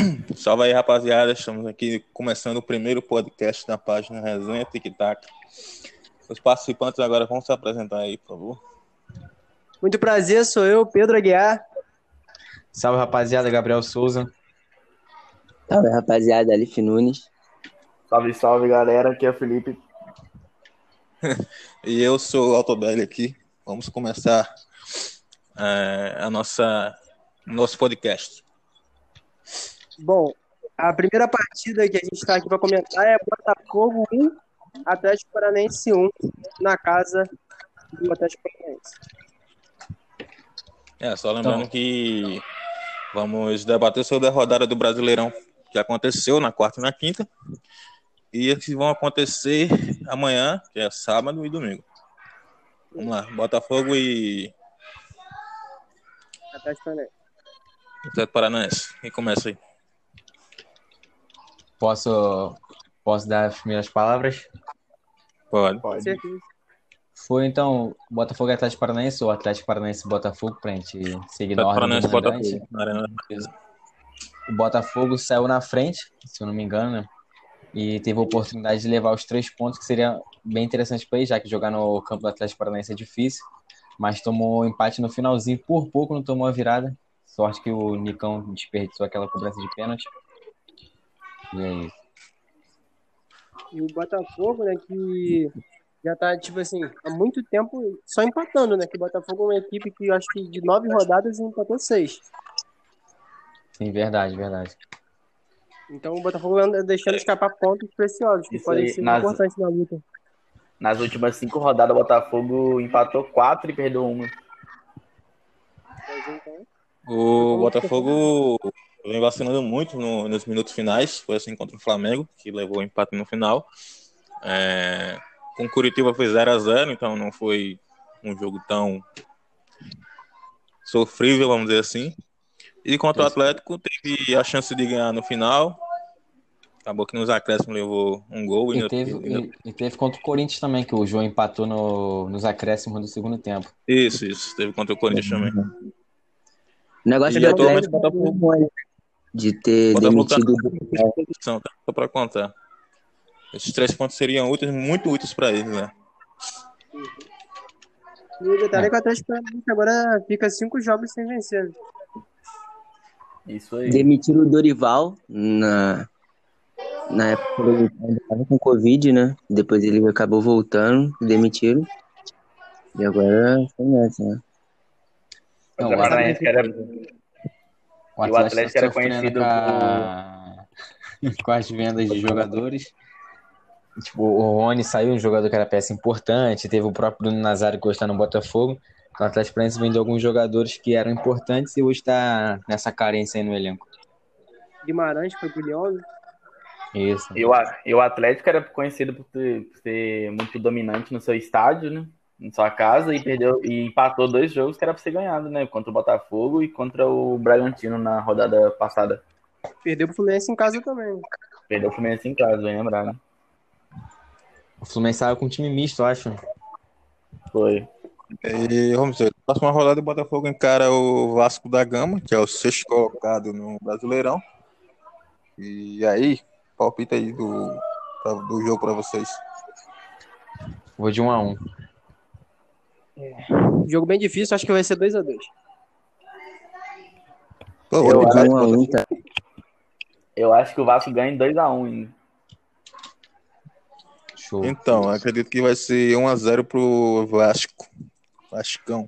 Salve aí, rapaziada. Estamos aqui começando o primeiro podcast da página Resenha Tic-Tac. Os participantes agora vão se apresentar aí, por favor. Muito prazer, sou eu, Pedro Aguiar. Salve, rapaziada, Gabriel Souza. Salve, rapaziada, Alif Nunes. Salve, salve, galera. Aqui é o Felipe. E eu sou o Altobelli aqui. Vamos começar nosso podcast. Bom, a primeira partida que a gente está aqui para comentar é Botafogo 1, Atlético Paranaense 1, na casa do Atlético Paranaense. Só lembrando que vamos debater sobre a rodada do Brasileirão, que aconteceu na quarta e na quinta, e esses vão acontecer amanhã, que é sábado e domingo. Vamos lá, Botafogo e Atlético Paranaense. Atlético Paranaense. Quem começa aí? Posso dar as primeiras palavras? Pode. Certeza. Foi então Botafogo e Atlético Paranaense ou Atlético Paranaense e Botafogo pra gente seguir na ordem do mandante. O Botafogo saiu na frente, se eu não me engano, né? E teve a oportunidade de levar os 3 pontos, que seria bem interessante para ele, já que jogar no campo do Atlético Paranaense é difícil, mas tomou empate no finalzinho, por pouco não tomou a virada. Sorte que o Nicão desperdiçou aquela cobrança de pênalti. E é isso. E o Botafogo, né, que já tá, tipo assim, há muito tempo só empatando, né? Que o Botafogo é uma equipe que eu acho que de 9 rodadas empatou 6. Sim, verdade. Então o Botafogo anda deixando escapar pontos preciosos, que Isso podem aí, ser importantes na luta. Nas últimas 5 rodadas, o Botafogo empatou 4 e perdeu 1. O Botafogo vem vacilando muito nos minutos finais. Foi assim contra o Flamengo, que levou o empate no final. Com o Curitiba foi 0-0, então não foi um jogo tão sofrível, vamos dizer assim. E contra o Atlético teve a chance de ganhar no final. Acabou que nos acréscimos levou um gol. E teve contra o Corinthians também, que o João empatou nos acréscimos do segundo tempo. Isso. Teve contra o Corinthians também. O negócio E do atualmente Atlético o Botafogo de ter Botafogo demitido... só para contar. Esses 3 pontos seriam úteis, muito úteis para eles, né? E o detalhe é que o Atlético Paranaense agora fica 5 jogos sem vencer. Isso aí. Demitiram o Dorival na época que ele estava com Covid, né? Depois ele acabou voltando, demitiram. E agora foi nessa, né? O Paranaense era... O Atlético era sofrendo conhecido com as vendas de jogadores. Tipo, o Rony saiu, um jogador que era peça importante. Teve o próprio Bruno Nazário que hoje está no Botafogo. O Atlético Paranaense vendeu alguns jogadores que eram importantes e hoje está nessa carência aí no elenco. Guimarães foi pro Lyon. Isso. E o Atlético era conhecido por ser muito dominante no seu estádio, né? Em sua casa, e empatou 2 jogos que era para ser ganhado, né? Contra o Botafogo e contra o Bragantino na rodada passada. Perdeu pro Fluminense em casa também. Perdeu o Fluminense em casa, bem lembrado. O Fluminense saiu com um time misto, eu acho. Foi. E vamos ver, na próxima rodada o Botafogo encara o Vasco da Gama, que é o 6º colocado no Brasileirão. E aí, palpite aí do jogo para vocês. Vou de 1-1. Jogo bem difícil, acho que vai ser 2-2. Eu acho que o Vasco ganha em 2-1 ainda. Show. Então, acredito que vai ser 1-0 pro Vasco. Vascão.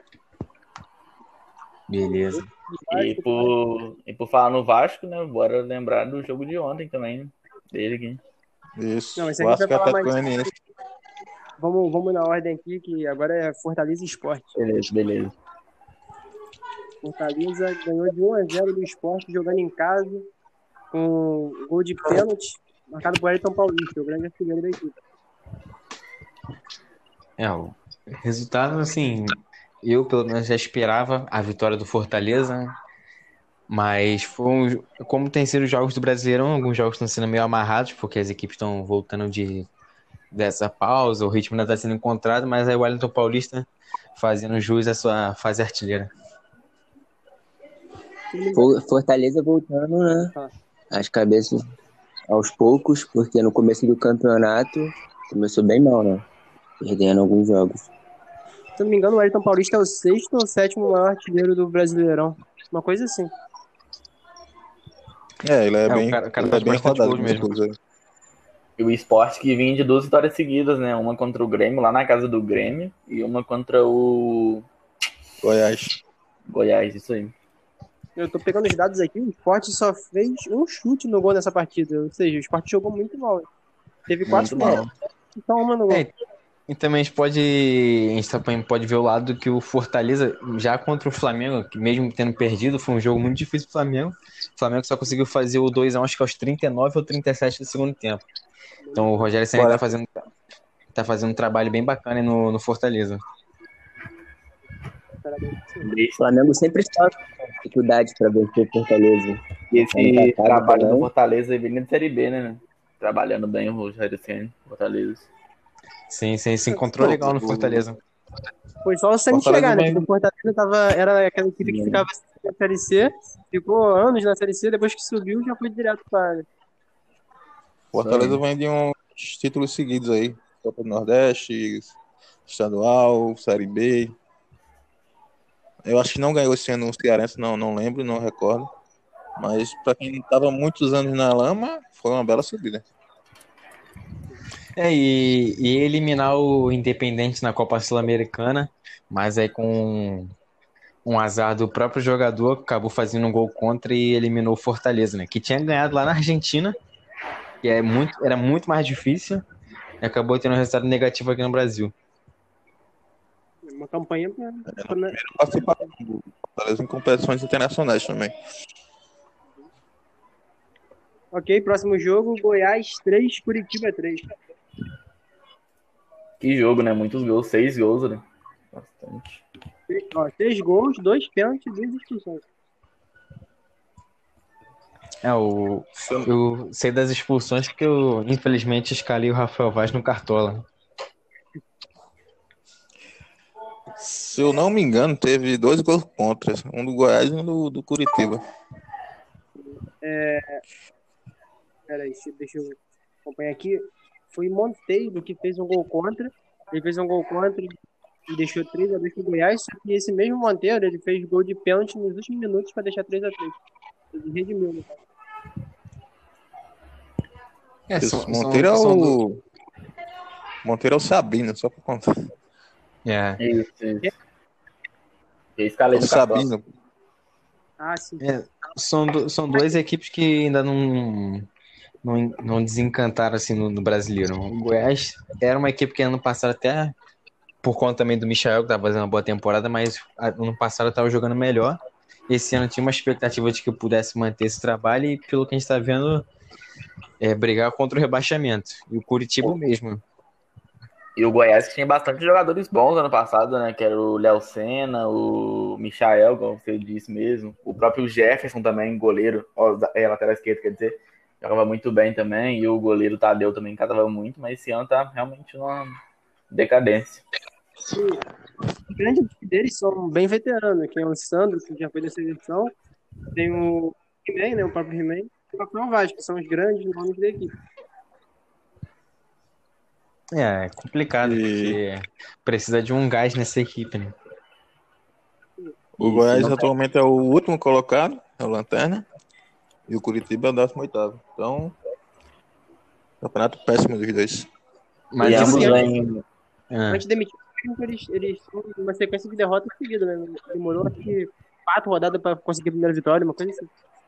Beleza. E por falar no Vasco, né? Bora lembrar do jogo de ontem também, né? Dele aqui. Isso. Não, Vasco e Atlético Goianiense. Vamos na ordem aqui, que agora é Fortaleza e Sport. Beleza. Fortaleza ganhou de 1-0 do Sport, jogando em casa, com gol de pênalti, marcado por Ayrton Paulista, o grande artilheiro da equipe. O resultado, assim, eu pelo menos já esperava a vitória do Fortaleza, né? Mas como tem sido os jogos do Brasileirão, alguns jogos estão sendo meio amarrados, porque as equipes estão voltando dessa pausa, o ritmo ainda está sendo encontrado, mas aí o Wellington Paulista fazendo jus à sua fase artilheira. Fortaleza voltando, né? Ah. As cabeças aos poucos, porque no começo do campeonato começou bem mal, né? Perdendo alguns jogos. Se eu não me engano, o Wellington Paulista é o 6º ou 7º maior artilheiro do Brasileirão. Uma coisa assim. Ele é bem, o cara ele é faz bem bastante rodado gols com mesmo. mesmo. E o Sport que vinha de 2 vitórias seguidas, né? Uma contra o Grêmio, lá na casa do Grêmio, e uma contra o Goiás, isso aí. Eu tô pegando os dados aqui, o Sport só fez um chute no gol nessa partida. Ou seja, o Sport jogou muito mal. Teve 4 Muito mal. gols. Então, uma no gol. E também a gente também pode ver o lado que o Fortaleza, já contra o Flamengo, que mesmo tendo perdido, foi um jogo muito difícil pro Flamengo. O Flamengo só conseguiu fazer o 2-1, acho que aos 39 ou 37 do segundo tempo. Então o Rogério Ceni tá fazendo um trabalho bem bacana aí no Fortaleza. O Flamengo sempre sofre dificuldades para vencer o Fortaleza. E esse trabalho também. do Fortaleza vindo de Série B, né? Trabalhando bem o Rogério Ceni, Fortaleza. Sim, se encontrou legal no Fortaleza. Foi só o Ceni chegar, né? Porque o Fortaleza era aquela equipe que ficava na Série C, ficou anos na Série C, depois que subiu já foi direto para a área. Fortaleza vem de uns títulos seguidos aí. Copa do Nordeste, Estadual, Série B. Eu acho que não ganhou esse ano o Cearense, não lembro, não recordo. Mas para quem estava muitos anos na lama, foi uma bela subida. E eliminar o Independente na Copa Sul-Americana, mas aí com um azar do próprio jogador, acabou fazendo um gol contra e eliminou o Fortaleza, né? Que tinha ganhado lá na Argentina, que era muito mais difícil, e acabou tendo um resultado negativo aqui no Brasil. Uma campanha para participar do Fortaleza em competições internacionais também. Ok, próximo jogo, Goiás 3, Curitiba 3. Que jogo, né? Muitos gols, 6 gols, né? Bastante. 6 gols, 2 pênaltis e 2 expulsões. Eu sei das expulsões porque eu, infelizmente, escalei o Rafael Vaz no Cartola. Se eu não me engano, teve 2 gols contra. Um do Goiás e um do Curitiba. Peraí, deixa eu acompanhar aqui. Foi Monteiro que fez um gol contra. Ele fez um gol contra e deixou 3-2 pro Goiás. Só que esse mesmo Monteiro, ele fez gol de pênalti nos últimos minutos para deixar 3-3. Ele redimiu, né? Monteiro é o Sabino, só por conta. Isso. Eu escalei no Sabino. Ah, sim. São duas equipes que ainda não desencantaram assim no brasileiro. O Goiás era uma equipe que ano passado, até por conta também do Michael, que estava fazendo uma boa temporada, mas ano passado estava jogando melhor. Esse ano tinha uma expectativa de que eu pudesse manter esse trabalho e, pelo que a gente está vendo, brigar contra o rebaixamento. E o Curitiba mesmo. E o Goiás que tinha bastante jogadores bons ano passado, né? Que era o Léo Senna, o Michael, como você disse mesmo. O próprio Jefferson também, goleiro, lateral esquerdo, quer dizer, jogava muito bem também. E o goleiro Tadeu também catava muito, mas esse ano tá realmente numa decadência. Sim. Os grandes deles são bem veteranos, que é o Sandro, que já foi da seleção. Tem o He-Man, né? O próprio He-Man. E o Rafael Vaz, que são os grandes nomes da equipe. É complicado, porque precisa de um gás nessa equipe, né? O Goiás atualmente é o último colocado, é o Lanterna, e o Curitiba é o 18º. Então, campeonato péssimo dos dois. Mas antes de demitir o técnico, eles estão uma sequência de derrotas seguidas, né? Demorou acho que 4 rodadas para conseguir a primeira vitória, uma coisa assim.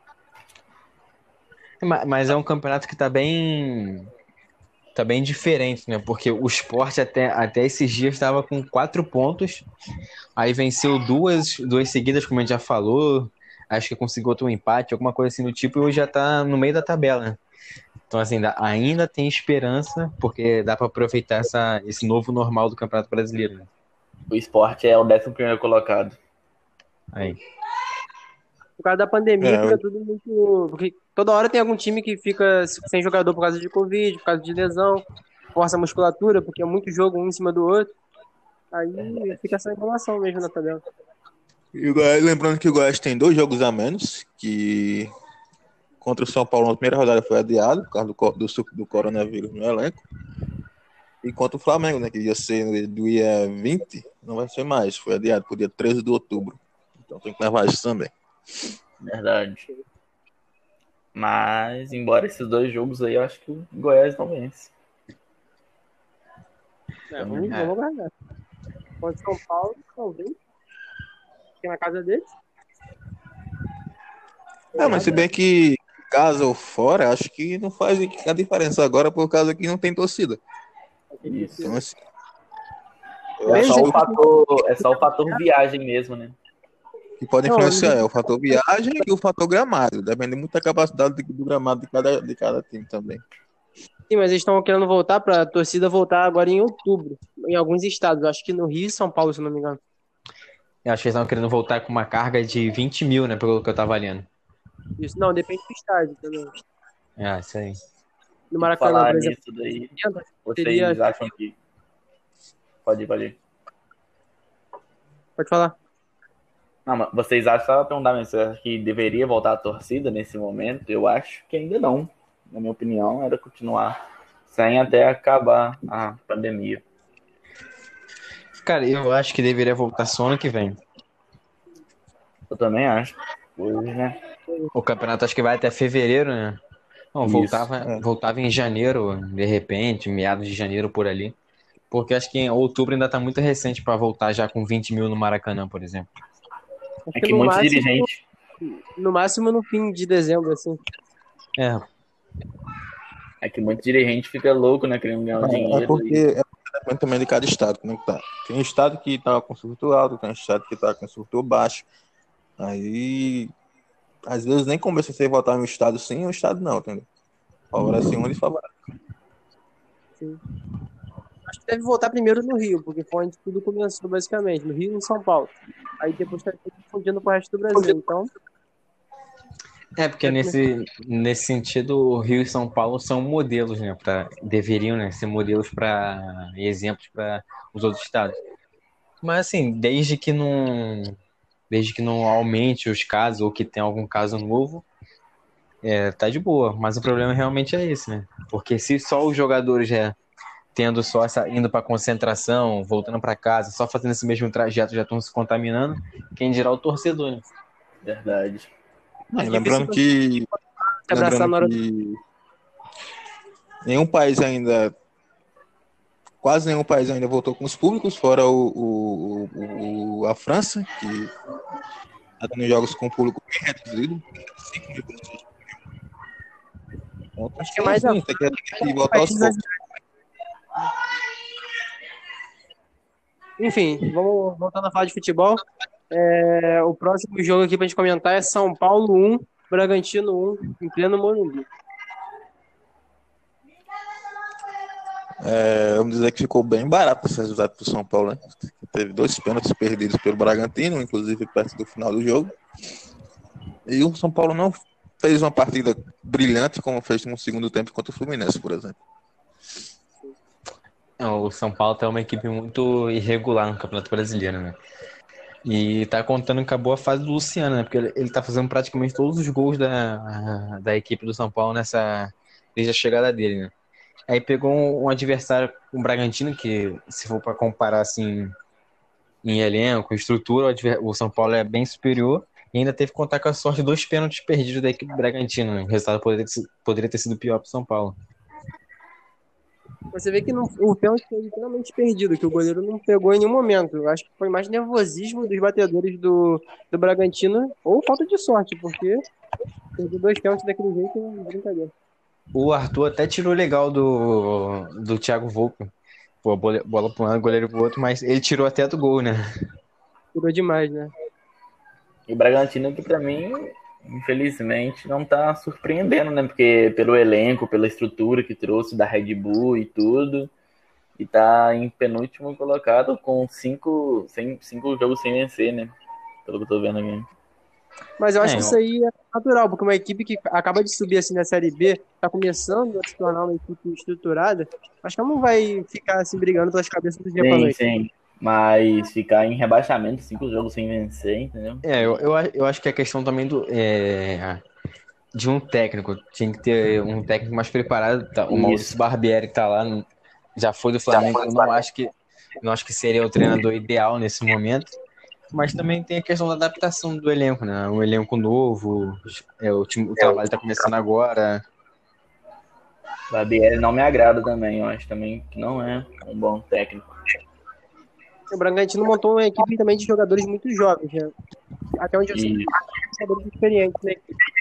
Mas é um campeonato que tá bem diferente, né? Porque o Sport até esses dias estava com 4 pontos, aí venceu duas seguidas, como a gente já falou, acho que conseguiu outro empate, alguma coisa assim do tipo, e hoje já tá no meio da tabela, né? Então, assim, ainda tem esperança, porque dá para aproveitar esse novo normal do Campeonato Brasileiro, né? O Sport é o 11º colocado. Aí. Por causa da pandemia, fica tudo muito... Porque toda hora tem algum time que fica sem jogador por causa de Covid, por causa de lesão, força a musculatura, porque é muito jogo um em cima do outro. Aí fica essa enrolação mesmo na tabela. E o Goiás, lembrando que o Goiás tem 2 jogos a menos, que contra o São Paulo na primeira rodada foi adiado por causa do coronavírus no elenco. E contra o Flamengo, né, que ia ser do dia 20, não vai ser mais, foi adiado pro dia 13 de outubro. Então tem que levar isso também. Verdade. Mas, embora esses 2 jogos aí, eu acho que o Goiás não vence. Vamos guardar. Contra São Paulo, talvez. Fica na casa deles. Mas se bem que casa ou fora, acho que não faz a diferença agora por causa que não tem torcida. Isso. Então, assim, é só o fator viagem mesmo, né? Que pode influenciar é o fator viagem e o fator gramado. Depende muito da capacidade do gramado de cada time também. Sim, mas eles estão querendo voltar para a torcida voltar agora em outubro, em alguns estados. Acho que no Rio e São Paulo, se não me engano. Eu acho que eles estavam querendo voltar com uma carga de 20 mil, né? Pelo que eu tava lendo. Isso, não, depende do estádio também. Isso aí. No Maracanã, falar por exemplo. nisso daí, teria... vocês acham que... Pode ir. Pode falar. Não, mas vocês acham, só perguntar mesmo, você acha que deveria voltar a torcida nesse momento? Eu acho que ainda não. Na minha opinião, era continuar sem até acabar a pandemia. Cara, eu acho que deveria voltar só ano que vem. Eu também acho. Hoje, né? O campeonato acho que vai até fevereiro, né? Não, voltava em janeiro, de repente, meados de janeiro por ali. Porque acho que em outubro ainda tá muito recente para voltar já com 20 mil no Maracanã, por exemplo. É que muitos dirigentes... No máximo no fim de dezembro, assim. É que muito dirigente fica louco, né? Querendo ganhar dinheiro. É porque depende também de cada estado, como é que tá. Tem estado que tá com surto alto, tem estado que tá com surto baixo. Aí, às vezes, nem começa a você votar em um estado sim e um estado não, entendeu? Favorece um e favorece. Sim. Acho que deve voltar primeiro no Rio, porque foi onde tudo começou, basicamente. No Rio e em São Paulo. Aí depois tá confundindo com o resto do Brasil, então... Porque nesse sentido, o Rio e São Paulo são modelos, né? Deveriam, né, ser modelos e exemplos para os outros estados. Mas assim, desde que não aumente os casos ou que tenha algum caso novo, tá de boa. Mas o problema realmente é esse, né? Porque se só os jogadores indo para concentração, voltando para casa, só fazendo esse mesmo trajeto já estão se contaminando, quem dirá o torcedor, né? Verdade. Lembrando que quase nenhum país ainda voltou com os públicos, fora a França, que está tendo jogos com o público bem reduzido. 5 mil pessoas. Então, acho que é mais tem que voltar aos poucos. Enfim, vamos voltando a falar de futebol. O próximo jogo aqui pra gente comentar é São Paulo 1, Bragantino 1, em pleno Morumbi. Vamos dizer que ficou bem barato esse resultado pro São Paulo, né? Teve 2 pênaltis perdidos pelo Bragantino, inclusive perto do final do jogo. E o São Paulo não fez uma partida brilhante como fez no segundo tempo contra o Fluminense, por exemplo. O São Paulo tá uma equipe muito irregular no Campeonato Brasileiro, né? E tá contando com a boa fase do Luciano, né? Porque ele tá fazendo praticamente todos os gols da equipe do São Paulo desde a chegada dele, né? Aí pegou um adversário, um Bragantino, que se for para comparar assim em elenco, estrutura, o São Paulo é bem superior e ainda teve que contar com a sorte de 2 pênaltis perdidos da equipe do Bragantino, né? O resultado poderia ter sido pior pro São Paulo. Você vê que o pênalti foi literalmente perdido, que o goleiro não pegou em nenhum momento. Eu acho que foi mais nervosismo dos batedores do Bragantino ou falta de sorte, porque perdeu 2 pênaltis daquele jeito, é brincadeira. O Arthur até tirou legal do Thiago Volpe. Pô, a bola para um lado, o goleiro pro outro, mas ele tirou até do gol, né? Tirou demais, né? E o Bragantino, que pra mim, infelizmente, não tá surpreendendo, né? Porque pelo elenco, pela estrutura que trouxe da Red Bull e tudo, e tá em penúltimo colocado com 5 jogos sem vencer, né? Pelo que eu tô vendo aqui. Mas eu acho que isso aí é natural, porque uma equipe que acaba de subir assim na Série B, tá começando a se tornar uma equipe estruturada, acho que ela não vai ficar assim brigando pelas cabeças do dia pra noite. Sim. Mas ficar em rebaixamento, 5 jogos sem vencer, entendeu? Eu acho que a questão também de um técnico. Tinha que ter um técnico mais preparado. Tá? O Maurício Barbieri que tá lá, já foi do Flamengo. Eu não acho que seria o treinador ideal nesse momento. Mas também tem a questão da adaptação do elenco, né? Um elenco novo, o trabalho tá começando agora. O Barbieri não me agrada também, eu acho também que não é um bom técnico. O Bragantino montou uma equipe também de jogadores muito jovens, né? Até onde eu sei, jogadores experientes, né?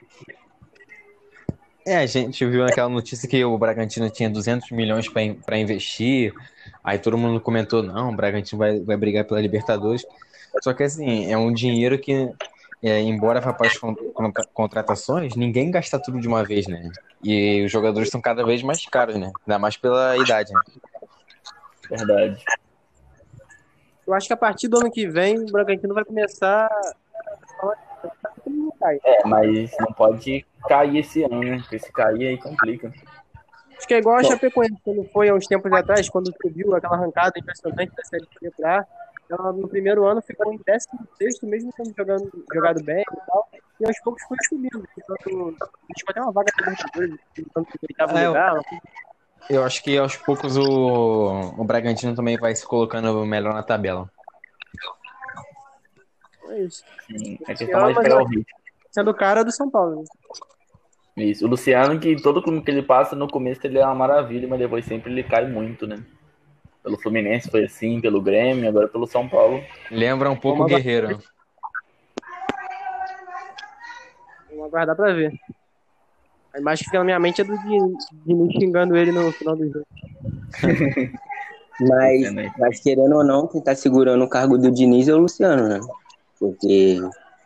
A gente viu naquela notícia que o Bragantino tinha 200 milhões para investir. Aí todo mundo comentou, não, o Bragantino vai brigar pela Libertadores. Só que assim, é um dinheiro que, embora vá para as contratações, ninguém gasta tudo de uma vez, né? E os jogadores são cada vez mais caros, né? Ainda mais pela idade, né? Verdade. Eu acho que a partir do ano que vem, o Bragantino vai começar. Mas não pode cair esse ano, né? Porque se cair aí complica. Acho que é igual a Chapecoense, quando foi há uns tempos atrás, quando subiu aquela arrancada impressionante da Série B pra A. Ela no primeiro ano ficou em 16º, mesmo tendo jogado bem e tal. E aos poucos foi subindo. Chegou até uma vaga na Libertadores, enquanto ele estava no lugar. Eu acho que aos poucos o Bragantino também vai se colocando melhor na tabela. É isso. Sim, é questão mais de pegar o ritmo. Sendo o cara do São Paulo. Né? Isso. O Luciano, que todo clube que ele passa, no começo ele é uma maravilha, mas depois sempre ele cai muito, né? Pelo Fluminense foi assim, pelo Grêmio, agora pelo São Paulo. Lembra um pouco o Guerreiro. Vamos aguardar pra ver. A imagem que fica na minha mente é do Diniz xingando ele no final do jogo. Mas querendo ou não, quem tá segurando o cargo do Diniz é o Luciano, né? Porque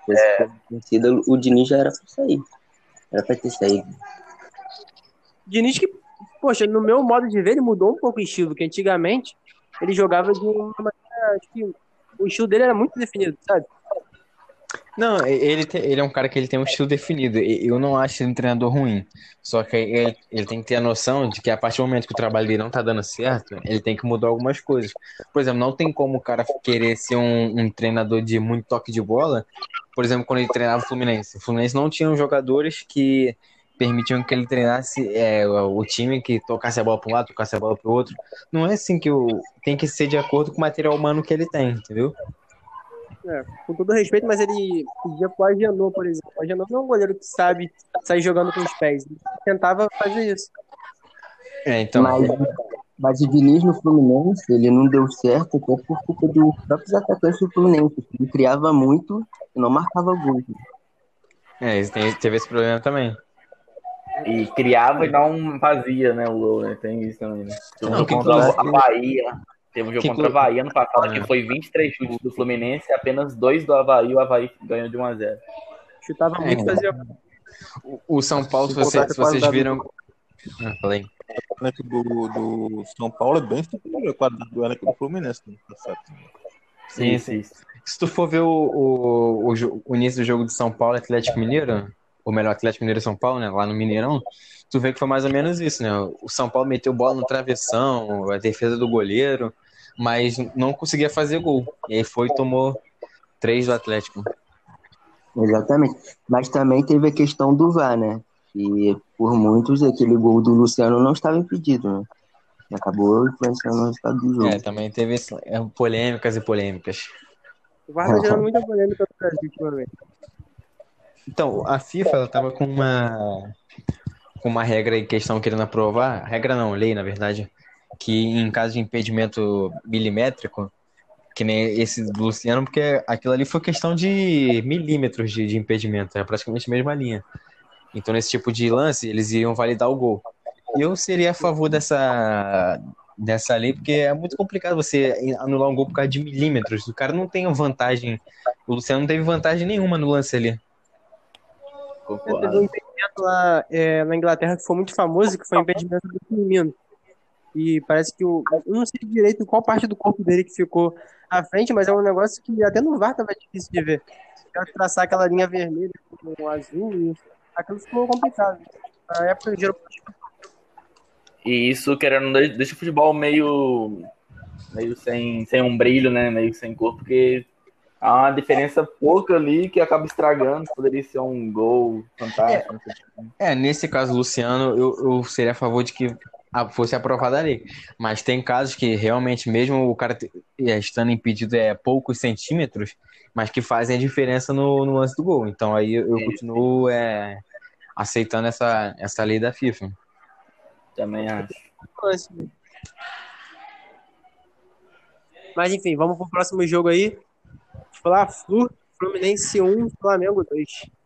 o Diniz já era pra sair. Era pra ter saído. Diniz que, poxa, no meu modo de ver, ele mudou um pouco o estilo, porque antigamente ele jogava de uma maneira, acho que o estilo dele era muito definido, sabe? Não, ele é um cara que ele tem um estilo definido. Eu não acho ele um treinador ruim. Só que ele tem que ter a noção de que a partir do momento que o trabalho dele não tá dando certo, ele tem que mudar algumas coisas. Por exemplo, não tem como o cara querer ser um treinador de muito toque de bola. Por exemplo, quando ele treinava o Fluminense não tinha jogadores que permitiam que ele treinasse o time, que tocasse a bola para um lado, tocasse a bola para o outro. Não é assim que tem que ser de acordo com o material humano que ele tem, entendeu? Com todo respeito, mas ele pedia pro Agenor, por exemplo. O Agenor não é um goleiro que sabe sair jogando com os pés. Ele tentava fazer isso. Então. Mas o Diniz no Fluminense, ele não deu certo até por culpa dos próprios atacantes do Fluminense. Ele criava muito e não marcava gol. Teve esse problema também. E criava e não fazia, né, o gol, né? Tem isso também, né? Contra a Bahia. Teve um jogo contra o Havaí ano passado, que foi 23 chutes do Fluminense e apenas 2 do Havaí, o Havaí ganhou de 1-0. Chutava muito, fazia... O São Paulo, se vocês viram... falei. O elenco do São Paulo é bem superior do elenco do Fluminense. Sim. Se tu for ver o início do jogo de São Paulo Atlético Mineiro, ou melhor, Atlético Mineiro e São Paulo, né, lá no Mineirão, tu vê que foi mais ou menos isso, né? O São Paulo meteu bola no travessão, a defesa do goleiro, mas não conseguia fazer gol. E aí tomou 3 do Atlético. Estamente. Mas também teve a questão do VAR, né? E por muitos aquele gol do Luciano não estava impedido, né? E acabou influenciando o resultado do jogo. Também teve polêmicas e polêmicas. O VAR tá gerando muita polêmica no Brasil ultimamente. Então, a FIFA ela tava com uma regra em questão querendo aprovar, regra não, lei na verdade, que em caso de impedimento milimétrico, que nem esse do Luciano, porque aquilo ali foi questão de milímetros de impedimento, é praticamente a mesma linha. Então nesse tipo de lance eles iam validar o gol. Eu seria a favor dessa lei, porque é muito complicado você anular um gol por causa de milímetros. O cara não tem vantagem, o Luciano não teve vantagem nenhuma no lance ali. Teve um impedimento lá na Inglaterra que foi muito famoso, que foi o impedimento do Firmino. E parece que eu não sei direito qual parte do corpo dele que ficou à frente, mas é um negócio que até no VAR tava difícil de ver. Traçar aquela linha vermelha com o azul, e aquilo ficou complicado. Na época gerou... E isso, querendo, deixa o futebol meio meio sem um brilho, né? Meio sem cor, porque há uma diferença pouca ali que acaba estragando. Poderia ser um gol fantástico. Nesse caso, Luciano, eu seria a favor de que fosse aprovada a lei. Mas tem casos que realmente, mesmo o cara estando impedido poucos centímetros, mas que fazem a diferença no lance do gol. Então aí eu continuo aceitando essa lei da FIFA. Também acho. Mas enfim, vamos pro próximo jogo aí. Fla-Flu, Fluminense 1, Flamengo 2.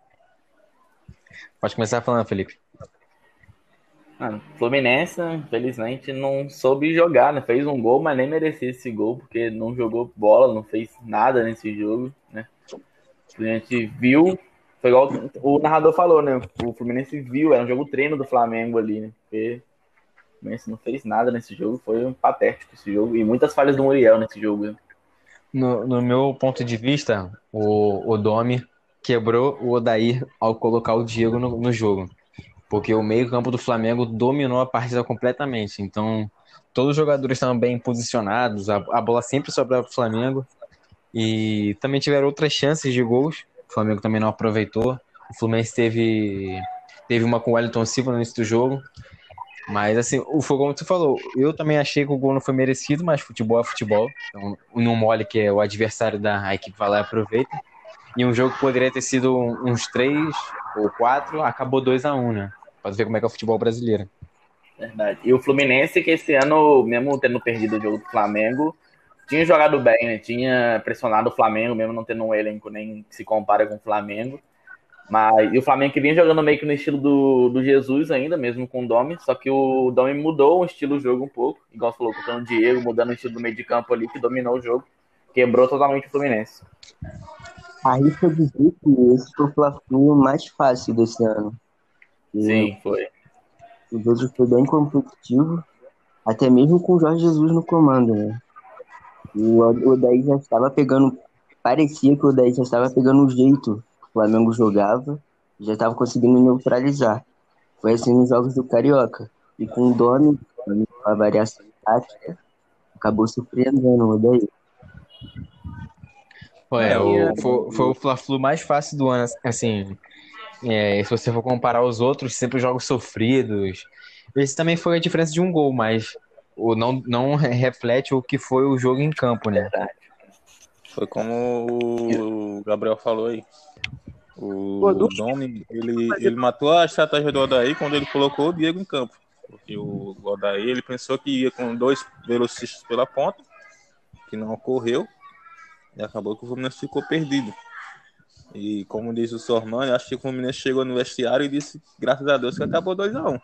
Pode começar falando, Felipe. Fluminense, infelizmente, não soube jogar, né? Fez um gol, mas nem merecia esse gol, porque não jogou bola, não fez nada nesse jogo, né? A gente viu, foi igual o narrador falou, né? O Fluminense viu, era um jogo treino do Flamengo ali, né? Porque o Fluminense não fez nada nesse jogo, foi um patético esse jogo, e muitas falhas do Muriel nesse jogo, né? No meu ponto de vista, o Domi quebrou o Odair ao colocar o Diego no jogo. Porque o meio-campo do Flamengo dominou a partida completamente. Então, todos os jogadores estavam bem posicionados, a bola sempre sobrava para o Flamengo. E também tiveram outras chances de gols. O Flamengo também não aproveitou. O Fluminense teve uma com o Wellington Silva no início do jogo. Mas, assim, foi como tu falou, eu também achei que o gol não foi merecido, mas futebol é futebol. Então, não mole que o adversário da equipe vai lá e aproveita. E um jogo que poderia ter sido uns 3 ou 4, acabou 2-1, né? Pode ver como é que é o futebol brasileiro. Verdade. E o Fluminense, que esse ano, mesmo tendo perdido o jogo do Flamengo, tinha jogado bem, né? Tinha pressionado o Flamengo, mesmo não tendo um elenco nem que se compara com o Flamengo. E o Flamengo que vinha jogando meio que no estilo do Jesus ainda, mesmo com o Domi, só que o Domi mudou o estilo do jogo um pouco, igual você falou, colocando o Diego, mudando o estilo do meio de campo ali, que dominou o jogo, quebrou totalmente o Fluminense. Arrisco dizer que esse foi o Fla-Flu mais fácil desse ano. Sim, foi. O jogo foi bem competitivo, até mesmo com o Jorge Jesus no comando, né? O Odair já estava pegando, parecia que o Odair já estava pegando o jeito que o Flamengo jogava, já estava conseguindo neutralizar. Foi assim nos jogos do Carioca. E com o Domi, a variação tática, acabou surpreendendo o Odair. Foi o Fla-Flu mais fácil do ano, assim. Se você for comparar os outros, sempre jogos sofridos. Esse também foi a diferença de um gol, mas não reflete o que foi o jogo em campo, né? Foi como o Gabriel falou aí. O Domi, ele matou a estratégia do Odair quando ele colocou o Diego em campo. Porque o Odair, ele pensou que ia com 2 velocistas pela ponta, que não ocorreu, e acabou que o Fluminense ficou perdido. E como diz o Sormani, acho que o Fluminense chegou no vestiário e disse, graças a Deus, que acabou 2-1.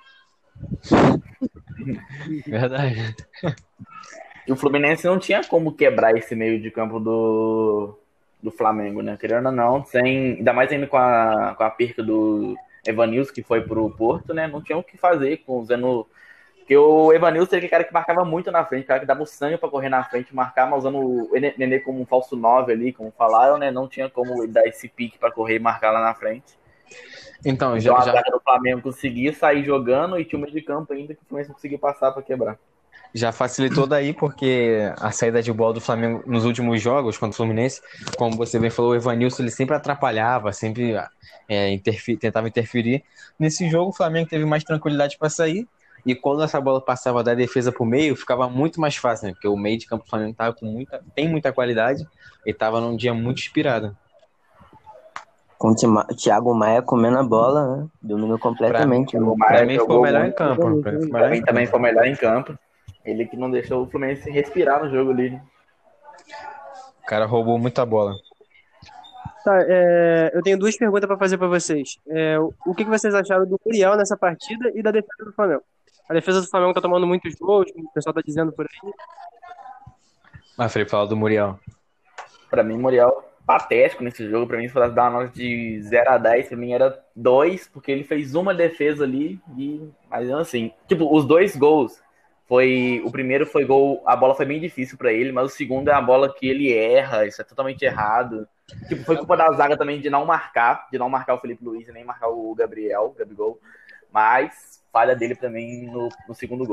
Verdade. E o Fluminense não tinha como quebrar esse meio de campo do Flamengo, né? Querendo ou não, ainda mais ainda com a perca do Evanilson, que foi pro Porto, né? Não tinha o que fazer usando. Porque o Evanilson era aquele cara que marcava muito na frente, cara que dava o sangue pra correr na frente, marcar, mas usando o Nenê como um falso 9 ali, como falaram, né? Não tinha como dar esse pique pra correr e marcar lá na frente. Então a zaga do Flamengo conseguia sair jogando e tinha o meio de campo ainda que o Fluminense não conseguia passar pra quebrar. Já facilitou daí, porque a saída de bola do Flamengo nos últimos jogos contra o Fluminense, como você bem falou, o Evanilson ele sempre atrapalhava, sempre tentava interferir. Nesse jogo o Flamengo teve mais tranquilidade para sair, e quando essa bola passava da defesa para o meio, ficava muito mais fácil, né? Porque o meio de campo do Flamengo tem muita qualidade e estava num dia muito inspirado. Com o Thiago Maia comendo a bola, né? Dominou completamente. Para mim foi o melhor em campo. Para mim também foi o melhor em campo. Ele que não deixou o Fluminense respirar no jogo ali. O cara roubou muita bola. Tá, eu tenho 2 perguntas para fazer para vocês. O que vocês acharam do Muriel nessa partida e da defesa do Flamengo? A defesa do Flamengo tá tomando muitos gols, como o pessoal tá dizendo por aí. Mas Felipe, fala do Muriel. Para mim, Muriel patético nesse jogo. Para mim, se fosse dar uma nota de 0-10, para mim era 2, porque ele fez uma defesa ali, mas assim, tipo, os 2 gols. O primeiro foi gol, a bola foi bem difícil pra ele, mas o segundo é a bola que ele erra, isso é totalmente errado. Tipo, foi culpa da zaga também de não marcar o Felipe Luiz e nem marcar o Gabigol, mas falha dele também no segundo gol.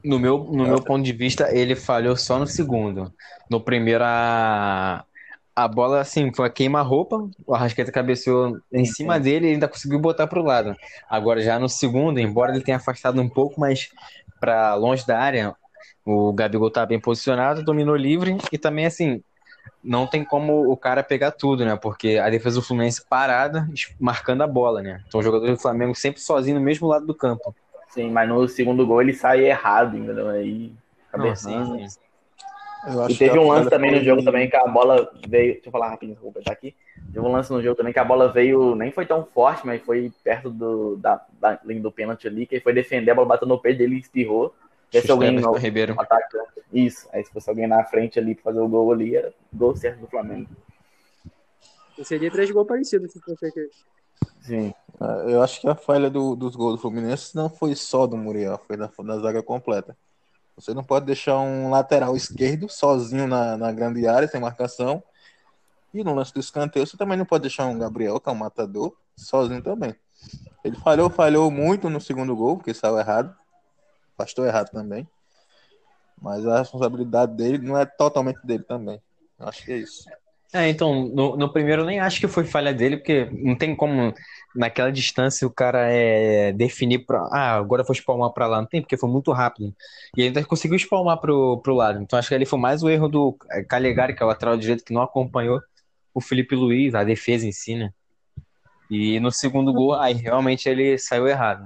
No meu ponto de vista, ele falhou só no segundo. No primeiro, a bola, assim, foi a queima-roupa, o Arrascaeta cabeceou em cima dele e ainda conseguiu botar pro lado. Agora, já no segundo, embora ele tenha afastado um pouco mais para longe da área, o Gabigol tá bem posicionado, dominou livre e também, assim, não tem como o cara pegar tudo, né? Porque a defesa do Fluminense parada, marcando a bola, né? Então, o jogador do Flamengo sempre sozinho no mesmo lado do campo. Sim, mas no segundo gol ele sai errado, entendeu? Aí, Não, sim, cabeçando. sim. E teve um lance também no jogo também que a bola veio. Deixa eu falar rapidinho, vou botar aqui. Teve um lance no jogo também que a bola veio, nem foi tão forte, mas foi perto da linha do pênalti ali, que ele foi defender, a bola bateu no peito dele e espirrou. Se alguém no Ribeiro. Atacante. Isso. Aí se fosse alguém na frente ali pra fazer o gol ali, era gol certo do Flamengo. Seria 3 gols parecidos se fosse aqui. Sim. Eu acho que a falha dos gols do Fluminense não foi só do Muriel, foi da zaga completa. Você não pode deixar um lateral esquerdo sozinho na grande área, sem marcação. E no lance do escanteio, você também não pode deixar um Gabriel, que é um matador, sozinho também. Ele falhou muito no segundo gol, porque saiu errado. Pastou errado também. Mas a responsabilidade dele não é totalmente dele também. Eu acho que é isso. Então, no primeiro eu nem acho que foi falha dele, porque não tem como, naquela distância, o cara definir agora eu vou espalmar pra lá. Não tem, porque foi muito rápido. E ele ainda conseguiu espalmar pro lado. Então acho que ali foi mais o erro do Calegari, que é o lateral direito, que não acompanhou o Felipe Luiz, a defesa em si, né? E no segundo gol, aí realmente ele saiu errado.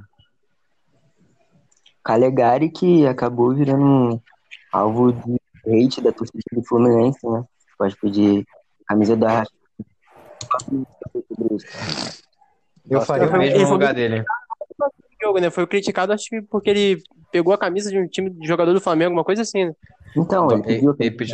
Calegari que acabou virando alvo de hate da torcida do Fluminense, né? Pode pedir camisa da Eu faria o mesmo no lugar dele. Jogo, né? Foi criticado, acho que porque ele pegou a camisa de um time de jogador do Flamengo, uma coisa assim, né? Então, ele pediu.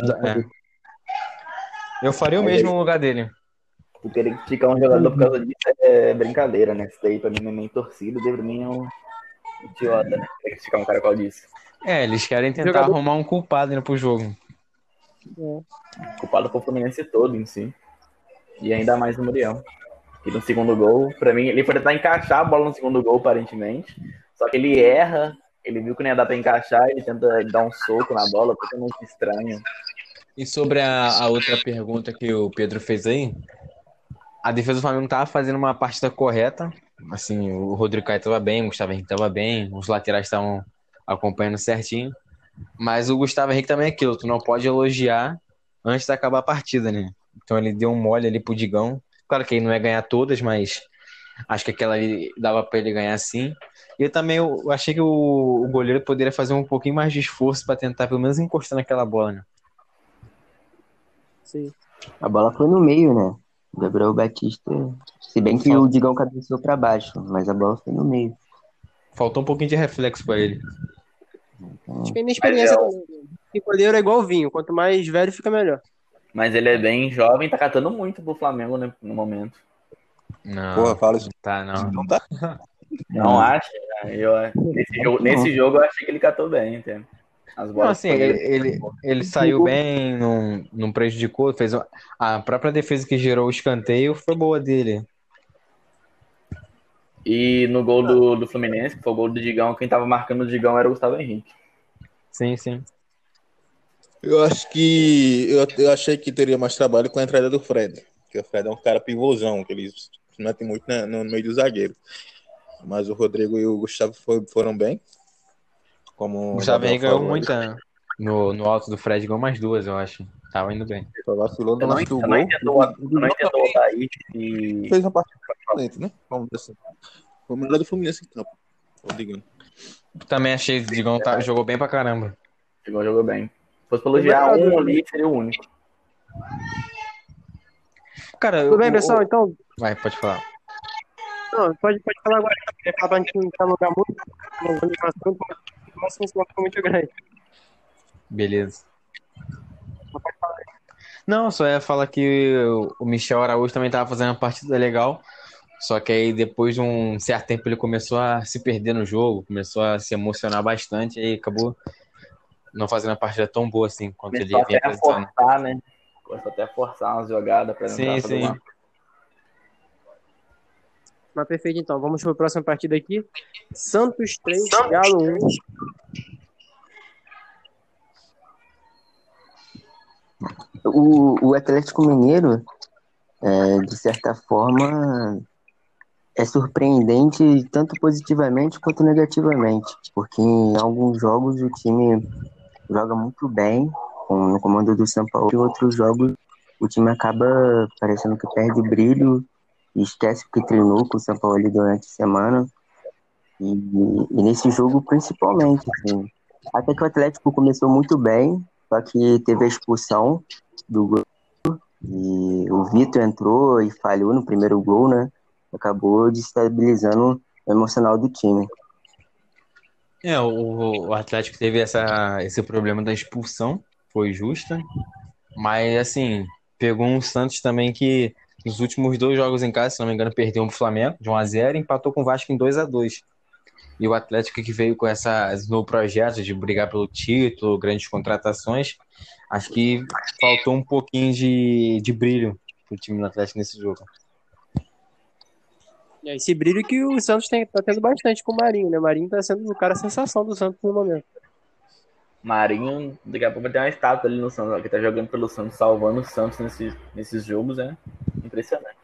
Eu faria o mesmo no lugar dele. Tu querer criticar um jogador por causa disso é brincadeira, né? Isso daí pra mim não é nem torcida, pra mim é um idiota, né? Querer criticar um cara por causa disso. Eles querem tentar arrumar um culpado indo pro jogo. Culpado pro Fluminense todo em si. E ainda mais no Muriel. E no segundo gol, pra mim, ele foi tentar encaixar a bola no segundo gol, aparentemente. Só que ele erra, ele viu que não ia dar pra encaixar, ele tenta dar um soco na bola, totalmente estranho. E sobre a outra pergunta que o Pedro fez aí, a defesa do Flamengo estava fazendo uma partida correta. Assim, o Rodrigo Caio estava bem, o Gustavo Henrique estava bem, os laterais estavam acompanhando certinho. Mas o Gustavo Henrique também é aquilo, tu não pode elogiar antes de acabar a partida, né? Então ele deu um mole ali pro Digão. Claro que ele não ia ganhar todas, mas acho que aquela ali dava para ele ganhar sim. E eu achei que o goleiro poderia fazer um pouquinho mais de esforço para tentar pelo menos encostar naquela bola, né? Sim. A bola foi no meio, né? O Gabriel Batista, se bem que o Digão cabeceou pra baixo, mas a bola foi no meio. Faltou um pouquinho de reflexo pra ele. Acho que é inexperiência também. E goleiro é igual vinho, quanto mais velho fica melhor. Mas ele é bem jovem, tá catando muito pro Flamengo, né, no momento. Não, porra, fala isso. Tá, não. Não tá. Não acha? Nesse jogo eu achei que ele catou bem, entende? As bolas Não, assim, ele saiu bem, não prejudicou, fez a própria defesa que gerou o escanteio foi boa dele. E no gol do Fluminense, que foi o gol do Digão, quem tava marcando o Digão era o Gustavo Henrique. Sim, sim. Eu acho que eu achei que teria mais trabalho com a entrada do Fred, porque o Fred é um cara pivôzão, que ele se mete muito no meio do zagueiro. Mas o Rodrigo e o Gustavo foram bem. O Gustavo Henrique ganhou muita. No alto do Fred ganhou mais duas, eu acho. Tava indo bem. Só vacilou no lance do gol. Não entendeu o Odair e... Fez uma partida excelente, né? Vamos dizer assim. Foi o melhor do Fluminense em campo. Também achei que o Digão jogou bem pra caramba. Digão jogou bem. Se fosse pra elogiar um ali, seria o único. Cara, tudo bem, pessoal? Então. Vai, pode falar. Não, pode falar agora. Falar pra gente não alongar muito. Não vou ligar assunto, mas o assunto ficou muito grande. Beleza. Não, só ia falar que o Michel Araújo também tava fazendo uma partida legal. Só que aí depois de um certo tempo ele começou a se perder no jogo, começou a se emocionar bastante e acabou não fazendo a partida tão boa assim quanto ele vinha apresentando. Forçar, né? Começou até a forçar umas jogadas pra entrar. Sim. Mas perfeito, então. Vamos para a próxima partida aqui. Santos 3, Galo 1. O Atlético Mineiro, de certa forma, é surpreendente tanto positivamente quanto negativamente, porque em alguns jogos o time joga muito bem no comando do São Paulo, e em outros jogos o time acaba parecendo que perde brilho e esquece o que treinou com o São Paulo ali durante a semana. E nesse jogo, principalmente, assim, até que o Atlético começou muito bem, só que teve a expulsão do gol e o Vitor entrou e falhou no primeiro gol, né? Acabou destabilizando o emocional do time. O Atlético teve esse problema da expulsão, foi justa, mas assim, pegou um Santos também que nos últimos 2 jogos em casa, se não me engano, perdeu pro Flamengo de 1-0 e empatou com o Vasco em 2-2. E o Atlético que veio com esse novo projeto de brigar pelo título, grandes contratações, acho que faltou um pouquinho de brilho pro time do Atlético nesse jogo. Esse brilho que o Santos tá tendo bastante com o Marinho, né? O Marinho tá sendo o cara sensação do Santos no momento. Marinho, daqui a pouco vai ter uma estátua ali no Santos, que tá jogando pelo Santos, salvando o Santos nesses jogos, é impressionante.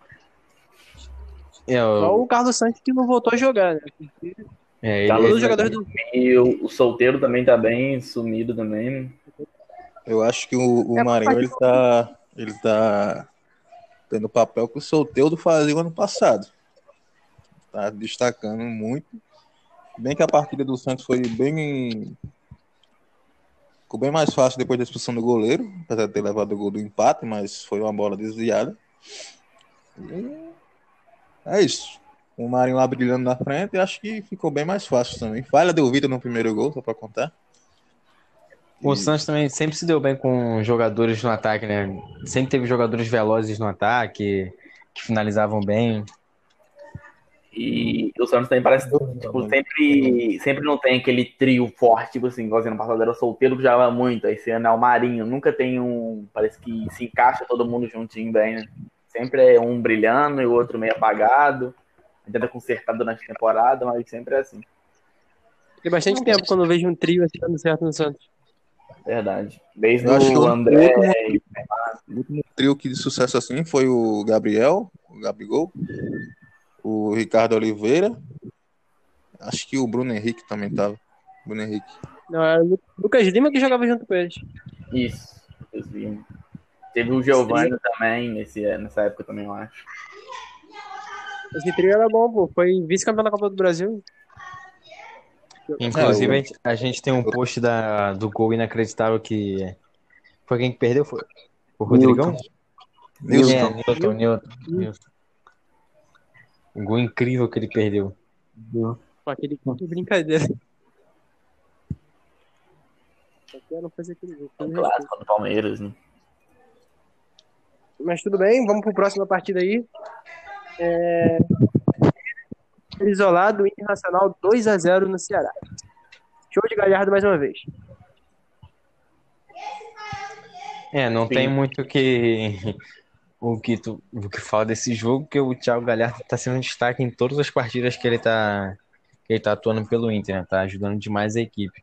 Só o Carlos Santos que não voltou a jogar, né? Todos os jogadores do... E o Solteiro também tá bem sumido também. Eu acho que o Marinho ele tá tendo o papel que o Soteldo fazia o ano passado. Tá destacando muito. Bem que a partida do Santos ficou bem mais fácil depois da expulsão do goleiro, apesar de ter levado o gol do empate, mas foi uma bola desviada. E é isso. O Marinho lá brilhando na frente, acho que ficou bem mais fácil também. Falha deu Vitor no primeiro gol, só pra contar. O Santos também sempre se deu bem com jogadores no ataque, né? Sempre teve jogadores velozes no ataque, que finalizavam bem. E o Santos também parece, tipo, sempre não tem aquele trio forte, tipo assim, igual ano passado era o Solteiro que jogava muito, esse ano é o Marinho, nunca tem parece que se encaixa todo mundo juntinho bem, né? Sempre é um brilhando e o outro meio apagado, tenta consertar durante a temporada, mas sempre é assim. Tem bastante tempo quando eu vejo um trio assim dando certo no Santos. Verdade. Desde o André... O último trio que de sucesso assim foi o Gabriel, o Gabigol, o Ricardo Oliveira, acho que o Bruno Henrique também tava. Bruno Henrique. Não, era o Lucas Lima que jogava junto com eles. Isso, Lucas Lima. Teve o Giovanni também, nessa época também, eu acho. Esse trio era bom, pô. Foi vice-campeão da Copa do Brasil. Inclusive, a gente tem um post do gol inacreditável que... Foi quem que perdeu? Foi o Rodrigão? Nilton. Um gol incrível que ele perdeu. Pô, aquele gol de brincadeira. Eu não fazer aquele gol. Um clássico do Palmeiras, né? Mas tudo bem, vamos pro próxima partida aí. Isolado, Internacional 2-0 no Ceará. Show de Galhardo mais uma vez. Não tem muito o que fala desse jogo, que o Thiago Galhardo tá sendo um destaque em todas as partidas que ele tá atuando pelo Inter, né? Tá ajudando demais a equipe.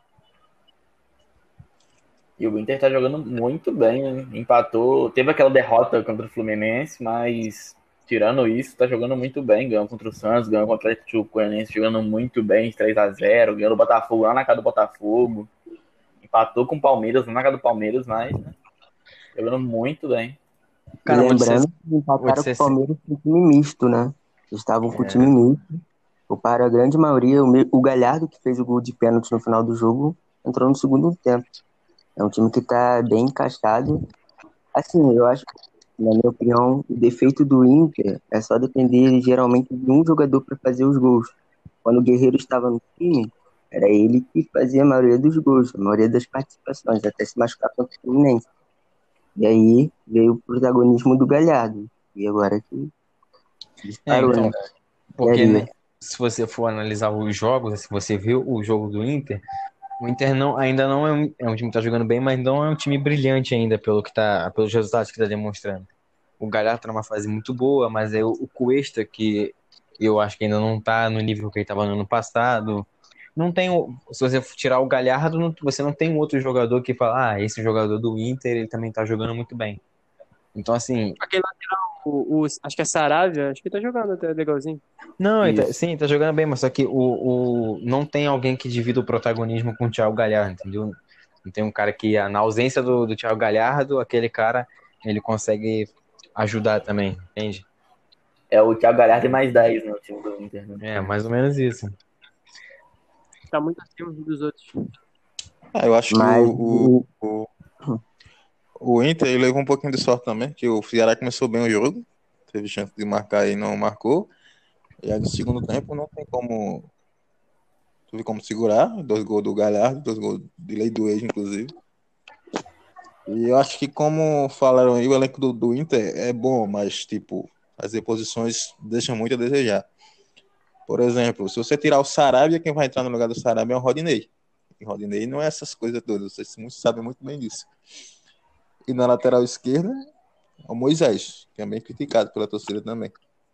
E o Inter tá jogando muito bem, né? Empatou, teve aquela derrota contra o Fluminense, mas tirando isso, tá jogando muito bem. Ganhou contra o Santos, ganhou contra o Atlético Goianiense, jogando muito bem, 3-0, ganhou o Botafogo lá na casa do Botafogo. Empatou com o Palmeiras, lá na casa do Palmeiras, mas, né? Jogando muito bem. Cara, lembrando que empataram com o Palmeiras com time misto, né? Eles estavam com o time misto. Para a grande maioria, o Galhardo, que fez o gol de pênalti no final do jogo, entrou no segundo tempo. É um time que tá bem encaixado. Assim, eu acho, na minha opinião, o defeito do Inter é só depender geralmente de um jogador para fazer os gols. Quando o Guerreiro estava no time, era ele que fazia a maioria dos gols, a maioria das participações, até se machucar contra o Fluminense. E aí veio o protagonismo do Galhardo. E agora que disparou, então, né? Porque se você for analisar os jogos, se você viu o jogo do Inter, o Inter ainda não é um time que tá jogando bem, mas não é um time brilhante ainda pelos resultados que tá demonstrando. O Galhardo tá numa fase muito boa, mas é o Cuesta, que eu acho que ainda não tá no nível que ele tava no ano passado. não tem. Se você tirar o Galhardo, você não tem um outro jogador que fala, esse jogador do Inter, ele também tá jogando muito bem. Então, assim. Aquele lateral, acho que é Saravia, acho que tá jogando até legalzinho. Não, sim, tá jogando bem, mas só que não tem alguém que divida o protagonismo com o Thiago Galhardo, entendeu? Não tem um cara que, na ausência do Thiago Galhardo, aquele cara, ele consegue ajudar também, entende? É o Thiago Galhardo e mais 10 no time do Inter. Né? É, mais ou menos isso. Tá muito acima dos outros. Eu acho que o Inter ele levou um pouquinho de sorte também, que o Ceará começou bem o jogo, teve chance de marcar e não marcou. E aí no segundo tempo não tem como segurar. 2 gols do Galhardo, 2 gols de lei do ex, inclusive. E eu acho que, como falaram aí, o elenco do Inter é bom, mas tipo, as reposições deixam muito a desejar. Por exemplo, se você tirar o Sarabia, quem vai entrar no lugar do Sarabia é o Rodinei. E o Rodinei não é essas coisas todas, vocês sabem muito bem disso. E na lateral esquerda, o Moisés, que é bem criticado pela torcida também.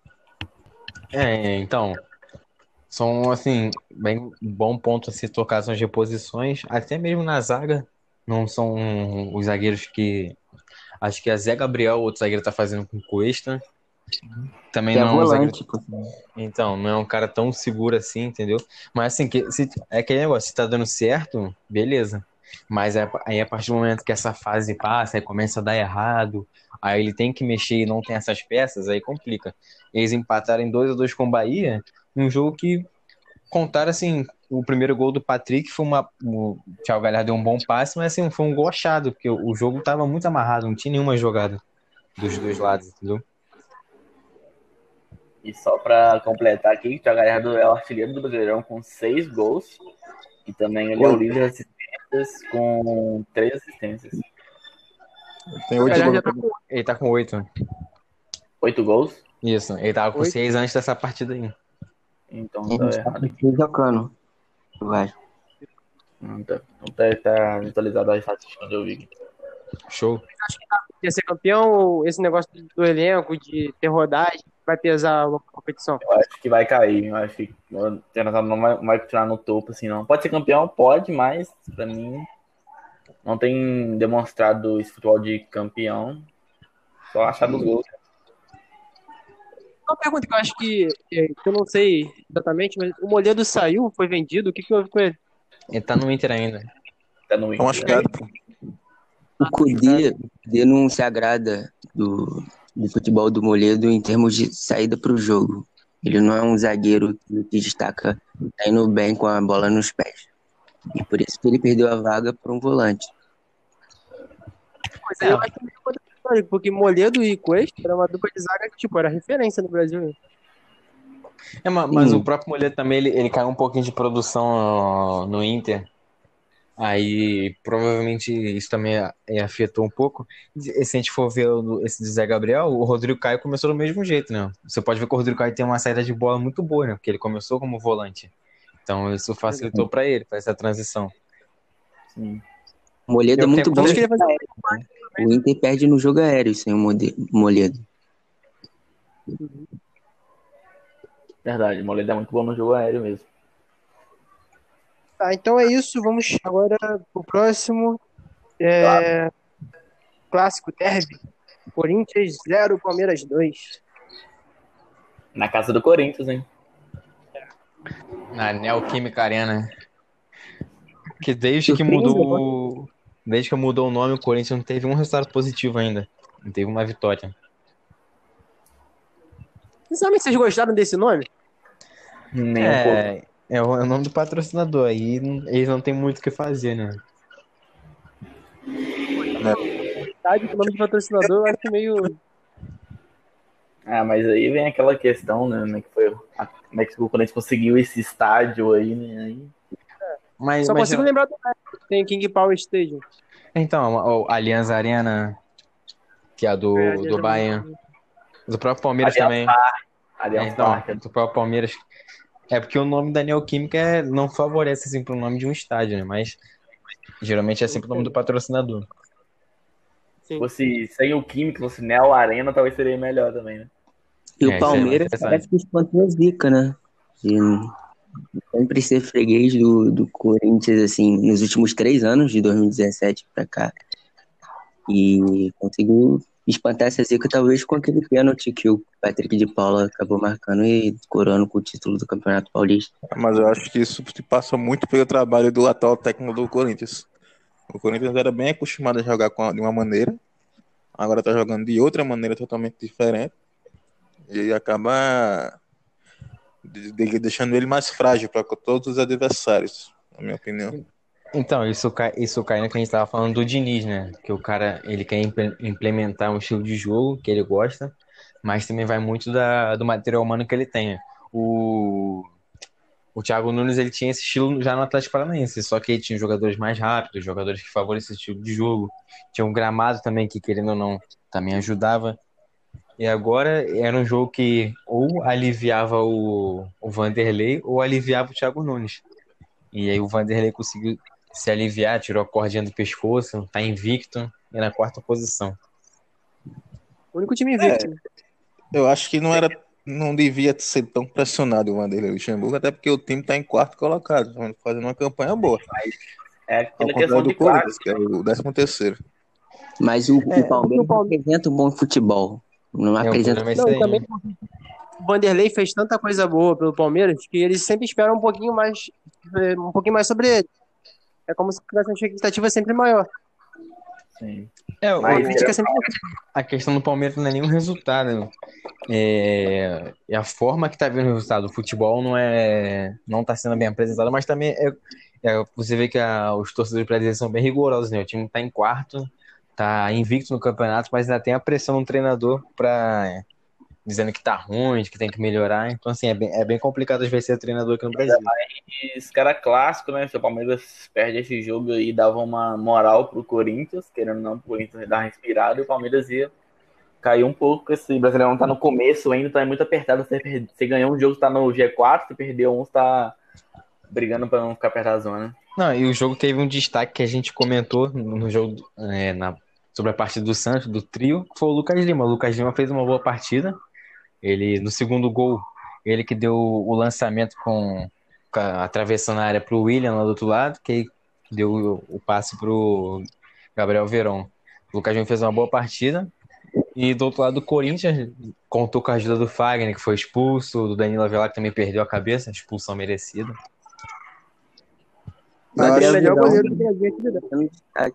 Então, são, assim, bem bom ponto a se tocar são as reposições, até mesmo na zaga, não são os zagueiros que, acho que a Zé Gabriel, outro zagueiro tá fazendo com Cuesta, também não é um zagueiro, então, não é um cara tão seguro assim, entendeu? Mas assim, é aquele negócio, se tá dando certo, beleza, mas aí a partir do momento que essa fase passa, aí começa a dar errado, aí ele tem que mexer e não tem essas peças, aí complica. Eles empataram em 2-2 com o Bahia, um jogo que contaram assim, o primeiro gol do Patrick foi o Thiago Galhardo deu um bom passe, mas assim, foi um gol achado, porque o jogo tava muito amarrado, não tinha nenhuma jogada dos dois lados, entendeu? E só pra completar aqui, o Thiago Galhardo é o artilheiro do Brasileirão com 6 gols. E também ele é o líder de assistências com 3 assistências. Tem 8 gols. Ele tá com 8. 8 gols? Isso, ele tava com 6 antes dessa partida aí. Então tá errado aqui. Jogando. Não tá atualizado a estatística que eu vi. Show. Acho que ia ser campeão ou esse negócio do elenco, de ter rodagem, vai pesar a competição? Eu acho que vai cair. Eu acho que o Internacional não vai continuar no topo, assim, não. Pode ser campeão? Pode, mas pra mim não tem demonstrado esse futebol de campeão. Só achar dos gols. Uma pergunta que eu acho que eu não sei exatamente, mas o Moledo saiu, foi vendido, o que houve com ele? Ele tá no Inter ainda. Tá no Inter. Machucado. O Kudê não se agrada do futebol do Moledo em termos de saída para o jogo. Ele não é um zagueiro que destaca indo bem com a bola nos pés. E por isso que ele perdeu a vaga para um volante. Pois é, eu acho que é porque Moledo e Cuesta era uma dupla de zaga que, tipo, era referência no Brasil. Mas o próprio Moledo também, ele caiu um pouquinho de produção no Inter. Aí, provavelmente, isso também afetou um pouco. Se a gente for ver esse de Zé Gabriel, o Rodrigo Caio começou do mesmo jeito, né? Você pode ver que o Rodrigo Caio tem uma saída de bola muito boa, né? Porque ele começou como volante. Então, isso facilitou para ele, para essa transição. Sim. O Moledo é muito bom. O Inter perde no jogo aéreo sem o Moledo. Verdade, o Moledo é muito bom no jogo aéreo mesmo. Tá, então é isso. Vamos agora pro próximo. Clássico derby. Corinthians 0, Palmeiras 2. Na casa do Corinthians, hein? Na Neoquímica Arena. Que desde que mudou o nome, o Corinthians não teve um resultado positivo ainda. Não teve uma vitória. Vocês sabem que vocês gostaram desse nome? Nem um pouco. É o nome do patrocinador. Aí eles não tem muito o que fazer, né? O nome do patrocinador eu acho meio... Mas aí vem aquela questão, né? Como é que o Corinthians conseguiu esse estádio aí, né? Só consigo lembrar do resto. Tem King Power Stadium. Então, a Allianz Arena, que é a do Bayern. Do próprio Palmeiras também. Do próprio Palmeiras. É porque o nome da Neoquímica não favorece assim pro nome de um estádio, né? Mas geralmente é sempre o nome do patrocinador. Se fosse sem o Química, se fosse Neo Arena, talvez seria melhor também, né? E o Palmeiras parece que espantou a zica, né? sempre ser freguês do Corinthians, assim, nos últimos 3 anos, de 2017 pra cá. E conseguiu espantar essa zica, talvez com aquele pênalti que o Patrick de Paula acabou marcando e coroando com o título do Campeonato Paulista. Mas eu acho que isso se passa muito pelo trabalho do atual técnico do Corinthians. O Corinthians era bem acostumado a jogar de uma maneira, agora tá jogando de outra maneira totalmente diferente. E acaba deixando ele mais frágil para todos os adversários, na minha opinião. Então, isso cai no que a gente tava falando do Diniz, né? Que o cara, ele quer implementar um estilo de jogo que ele gosta, mas também vai muito do material humano que ele tem. O Thiago Nunes, ele tinha esse estilo já no Atlético Paranaense, só que ele tinha jogadores mais rápidos, jogadores que favoreciam esse estilo de jogo. Tinha um gramado também que, querendo ou não, também ajudava. E agora era um jogo que ou aliviava o Vanderlei ou aliviava o Thiago Nunes. E aí o Vanderlei conseguiu se aliviar, tirou a cordinha do pescoço, tá invicto e na 4ª posição. O único time invicto. Eu acho que não devia ser tão pressionado o Vanderlei Luxemburgo, até porque o time tá em 4º colocado, fazendo uma campanha boa. É aquela Ao questão contrário do de Corinthians, classe. que é o 13º. Mas o Palmeiras não apresenta um bom futebol. Não O apresenta. problema é isso Não, e aí, também né? o Vanderlei fez tanta coisa boa pelo Palmeiras que eles sempre esperam um pouquinho mais sobre ele. É como se tivesse uma expectativa sempre maior. Sim. A Mas crítica sempre A questão do Palmeiras não é nem o resultado, né? É a forma que tá vindo o resultado. O futebol não tá sendo bem apresentado, mas também você vê que os torcedores brasileiros são bem rigorosos, né? O time tá em 4º, tá invicto no campeonato, mas ainda tem a pressão do treinador dizendo que tá ruim, de que tem que melhorar. Então, assim, é bem complicado às vezes ser treinador aqui no Brasil. esse cara clássico, né? Se o Palmeiras perde esse jogo aí, dava uma moral pro Corinthians, querendo ou não, pro Corinthians dar uma respirada, e o Palmeiras ia cair um pouco. Esse Brasileirão tá no começo ainda, tá muito apertado. Você ganhou um jogo, tá no G4, você perdeu um, tá brigando pra não ficar perto da zona. Não, e o jogo teve um destaque que a gente comentou no jogo sobre a partida do Santos, do trio, que foi o Lucas Lima. O Lucas Lima fez uma boa partida. Ele, no segundo gol, ele que deu o lançamento atravessando a área pro William lá do outro lado, que deu o passe pro Gabriel Veron. O Lucas Lima fez uma boa partida. E do outro lado do Corinthians, contou com a ajuda do Fagner, que foi expulso, do Danilo Avelar, que também perdeu a cabeça, expulsão merecida. Mas é o melhor goleiro do Brasil.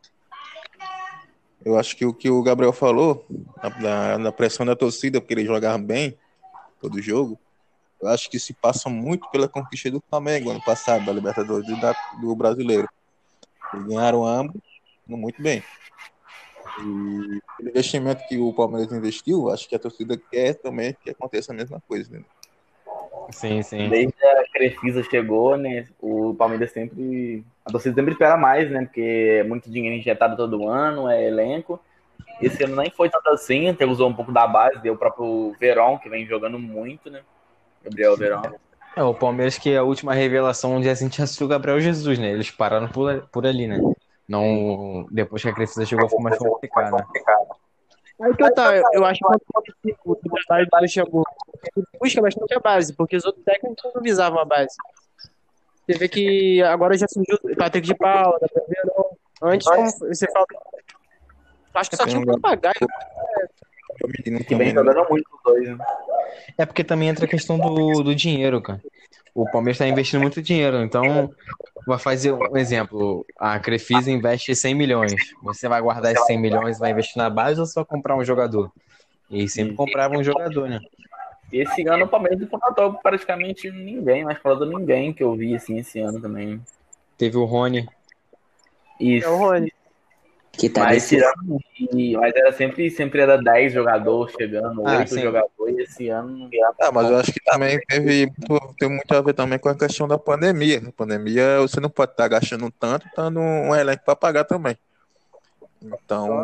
Eu acho que o que o Gabriel falou, na pressão da torcida, porque ele jogava bem todo jogo, eu acho que se passa muito pela conquista do Flamengo ano passado, da Libertadores e do Brasileiro. Eles ganharam ambos muito bem. E o investimento que o Palmeiras investiu, acho que a torcida quer também que aconteça a mesma coisa, né? Sim, sim. Desde a Crefisa chegou, né? O Palmeiras a torcida sempre espera mais, né? Porque é muito dinheiro injetado todo ano, é elenco. Esse ano nem foi tanto assim, até usou um pouco da base, deu o próprio Verón, que vem jogando muito, né? Gabriel Verón. O Palmeiras, que a última revelação onde a gente assistiu o Gabriel Jesus, né? Eles pararam por ali, né? Não, depois que a Crefisa chegou, ficou mais complicado. Né? Aí que eu acho que o trabalho do Luxemburgo busca bastante a base, porque os outros técnicos não visavam a base. Você vê que agora já surgiu o Patrick de Paula, antes, como você fala, acho que só tinha um papagaio. Que vem jogando muito os dois, né? É porque também entra a questão do dinheiro, cara. O Palmeiras está investindo muito dinheiro, então vai fazer um exemplo. A Crefisa investe 100 milhões. Você vai guardar esses 100 milhões e vai investir na base ou só comprar um jogador? E sempre comprava um jogador, né? Esse ano o Palmeiras não contratou praticamente ninguém, mas falando ninguém que eu vi assim esse ano também. Teve o Rony. Isso. É o Rony. Que tá mas era sempre era 10 jogadores chegando, 8 sim. jogadores, e esse ano. Mas eu acho que também tem muito a ver também com a questão da pandemia. Na pandemia você não pode estar gastando tanto, estando um elenco para pagar também. Então,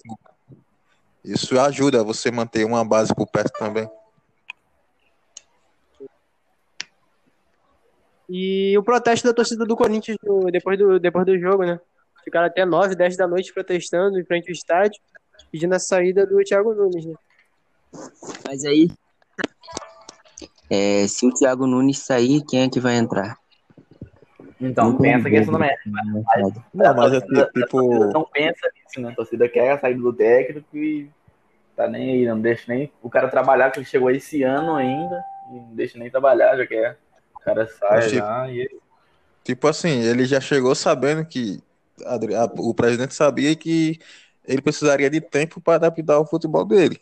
isso ajuda você manter uma base por perto também. E o protesto da torcida do Corinthians depois do jogo, né? Ficaram até 9, 10 da noite protestando em frente ao estádio, pedindo a saída do Thiago Nunes, né? Mas aí Se o Thiago Nunes sair, quem é que vai entrar? Então, Não tem tem essa questão dúvida. também. Mas Não, a mas é torcida tipo, não pensa nisso, né? A torcida quer a saída do técnico e tá nem aí, não deixa nem o cara trabalhar, que ele chegou esse ano ainda, e não deixa nem trabalhar, já quer. O cara mas sai já e tipo assim, ele já chegou sabendo que o presidente sabia que ele precisaria de tempo para adaptar o futebol dele.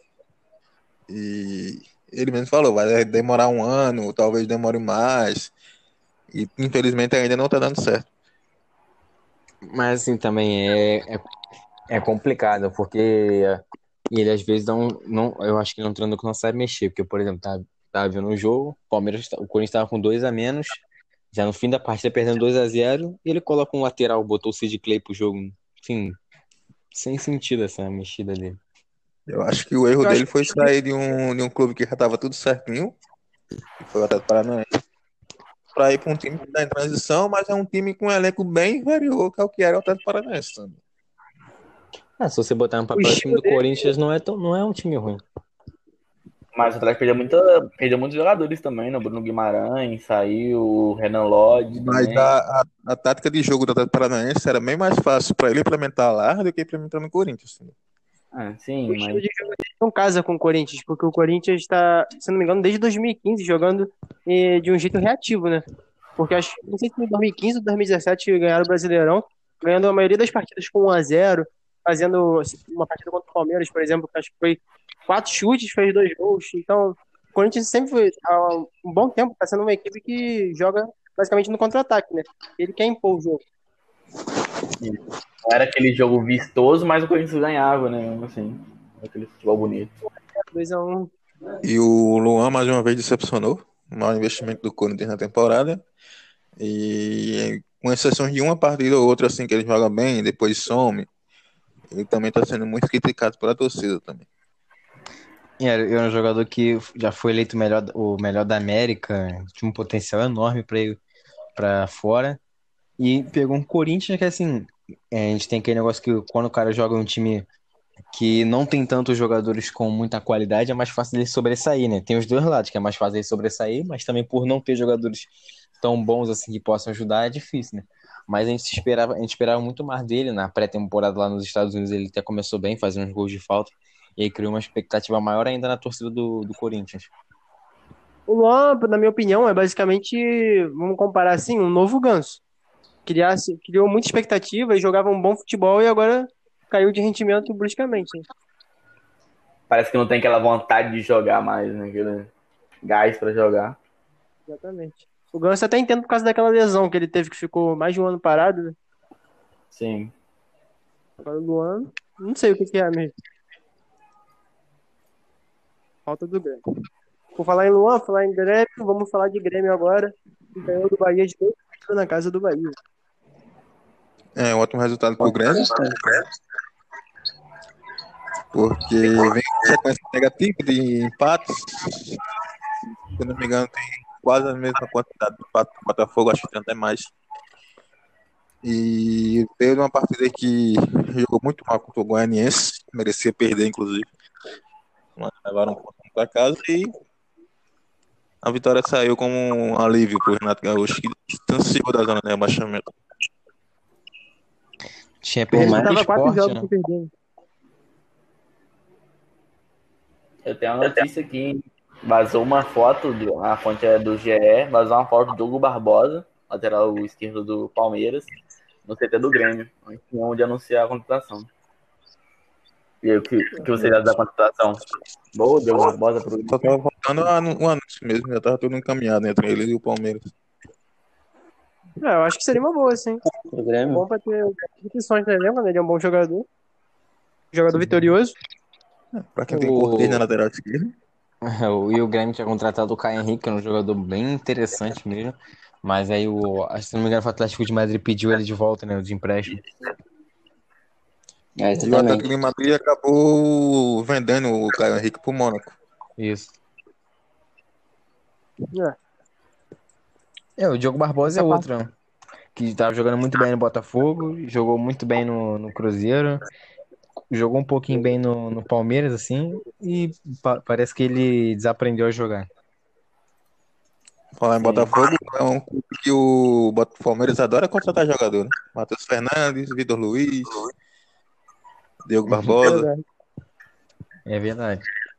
E ele mesmo falou, vai demorar um ano, talvez demore mais. E infelizmente ainda não tá dando certo. Mas assim também é complicado, porque ele às vezes não, eu acho que ele é um treinador que não sabe mexer, porque, por exemplo, tá vendo um jogo, o Corinthians estava com 2 a menos, já no fim da partida perdendo 2-0, e ele coloca um lateral, botou o Sid Clay pro jogo. Enfim, sem sentido essa mexida dele. Eu acho que o erro Eu acho dele que foi sair de um clube que já tava tudo certinho, que foi o Atlético Paranaense, para ir para um time que está em transição, mas é um time com um elenco bem inferior que é o que era o Atlético Paranaense também. Se você botar no o papel, o time estilo do dele, Corinthians não é um time ruim. mas o Atlético perdeu muitos jogadores também, né? O Bruno Guimarães saiu, o Renan Lodge Mas também. a tática de jogo do Atlético Paranaense era bem mais fácil para ele implementar lá do que implementar no Corinthians. Sim, o estilo mas de jogo dele não casa com o Corinthians, porque o Corinthians está, se não me engano, desde 2015 jogando de um jeito reativo, né? Porque acho, não sei se em 2015 ou 2017 ganharam o Brasileirão, ganhando a maioria das partidas com 1-0, fazendo uma partida contra o Palmeiras, por exemplo, que acho que foi 4 chutes, fez 2 gols. Então, o Corinthians sempre foi, há um bom tempo, está sendo uma equipe que joga basicamente no contra-ataque, né? Ele quer impor o jogo. não era aquele jogo vistoso, mas o Corinthians ganhava, né? Assim, aquele futebol bonito. 2-1. E o Luan mais uma vez decepcionou. O maior investimento do Corinthians na temporada. E com exceção de uma partida ou outra assim que ele joga bem, depois some, ele também está sendo muito criticado pela torcida também. Ele é um jogador que já foi eleito o melhor da América, tinha um potencial enorme para ir para fora. E pegou um Corinthians que, assim, a gente tem aquele negócio que quando o cara joga em um time que não tem tantos jogadores com muita qualidade, é mais fácil ele sobressair, né? Tem os dois lados, que é mais fácil ele sobressair, mas também por não ter jogadores tão bons assim que possam ajudar, é difícil, né? Mas a gente esperava muito mais dele na pré-temporada lá nos Estados Unidos. Ele até começou bem, fazendo uns gols de falta, e aí criou uma expectativa maior ainda na torcida do Corinthians. O Luan, na minha opinião, é basicamente, vamos comparar assim, um novo Ganso. Criou muita expectativa e jogava um bom futebol e agora caiu de rendimento bruscamente, né? Parece que não tem aquela vontade de jogar mais, né? Aquele gás pra jogar. Exatamente. O Ganso até entendo por causa daquela lesão que ele teve, que ficou mais de um ano parado, né? Sim. Agora o Luan, não sei o que é mesmo. Falta do Grêmio. Por falar em Luan, falar em Grêmio, vamos falar de Grêmio agora. Ganhou do Bahia de 2 na casa do Bahia. É um ótimo resultado pro Grêmio, porque vem com sequência negativa de empates. Se eu não me engano, tem quase a mesma quantidade de empates do Botafogo, acho que tem até mais. E veio uma partida que jogou muito mal contra o Goianiense, merecia perder, inclusive. Mas levaram um ponto para casa e a vitória saiu como um alívio para o Renato Gaúcho, que distanciou da zona de rebaixamento. Tinha Ele perdido pro tava 4 esporte, jogos né? sem perder. Eu tenho uma notícia aqui. Vazou uma foto, a fonte é do GE, vazou uma foto do Hugo Barbosa, lateral esquerdo do Palmeiras, no CT do Grêmio, onde anunciar a contratação. E aí, o que você já da contratação? Boa, deu uma Barbosa pro Só tava faltando um anúncio mesmo, já tava tudo encaminhado entre ele e o Palmeiras. Eu acho que seria uma boa, sim. Pro É Grêmio. bom pra ter repetições no elenco, né? Ele é um bom jogador. Jogador vitorioso. Para quem tem Cortez na O, lateral esquerda. e o Grêmio tinha contratado o Caio Henrique, que é um jogador bem interessante mesmo. Mas aí, se não me engano, o Atlético de Madrid pediu ele de volta, né? De empréstimo. E o Atlético Exatamente. de Madrid acabou vendendo o Caio Henrique pro Mônaco. Isso. É, O Diogo Barbosa é essa parte. outro, né? Que estava jogando muito bem no Botafogo, jogou muito bem no Cruzeiro, jogou um pouquinho bem no Palmeiras, assim, e parece que ele desaprendeu a jogar. Falar em Sim. Botafogo, é um clube que o Palmeiras adora contratar jogador, né? Matheus Fernandes, Vitor Luiz, Diogo É Barbosa. verdade. É verdade.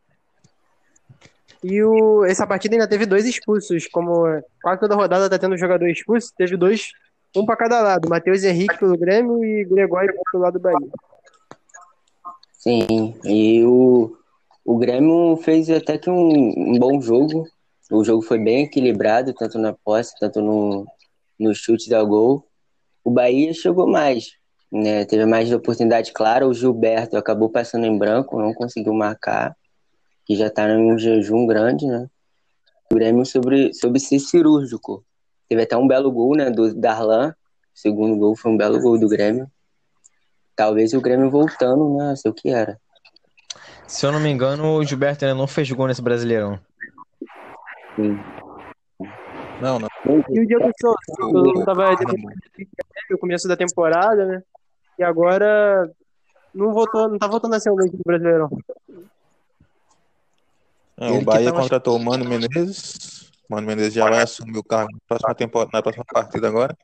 E essa partida ainda teve 2 expulsos, como quase toda rodada tá tendo jogador expulso, teve 2, um pra cada lado, Matheus Henrique pelo Grêmio e Gregório pelo lado do Bahia. Sim, e o Grêmio fez até que um bom jogo. O jogo foi bem equilibrado, tanto na posse, tanto no chute ao gol. O Bahia chegou mais, né? Teve mais oportunidade clara. O Gilberto acabou passando em branco, não conseguiu marcar, que já está em um jejum grande, né? O Grêmio soube ser cirúrgico. Teve até um belo gol, né, do Darlan. O segundo gol foi um belo gol do Grêmio. Talvez o Grêmio voltando, né? Sei o que era. Se eu não me engano, o Gilberto ainda não fez gol nesse Brasileirão. Sim. Não. E o Diego Souza, todo mundo tava no começo da temporada, né? E agora não tá voltando a ser o mesmo do Brasileirão. O Bahia contratou o Mano Menezes. O Mano Menezes já vai assumir o cargo na próxima partida agora.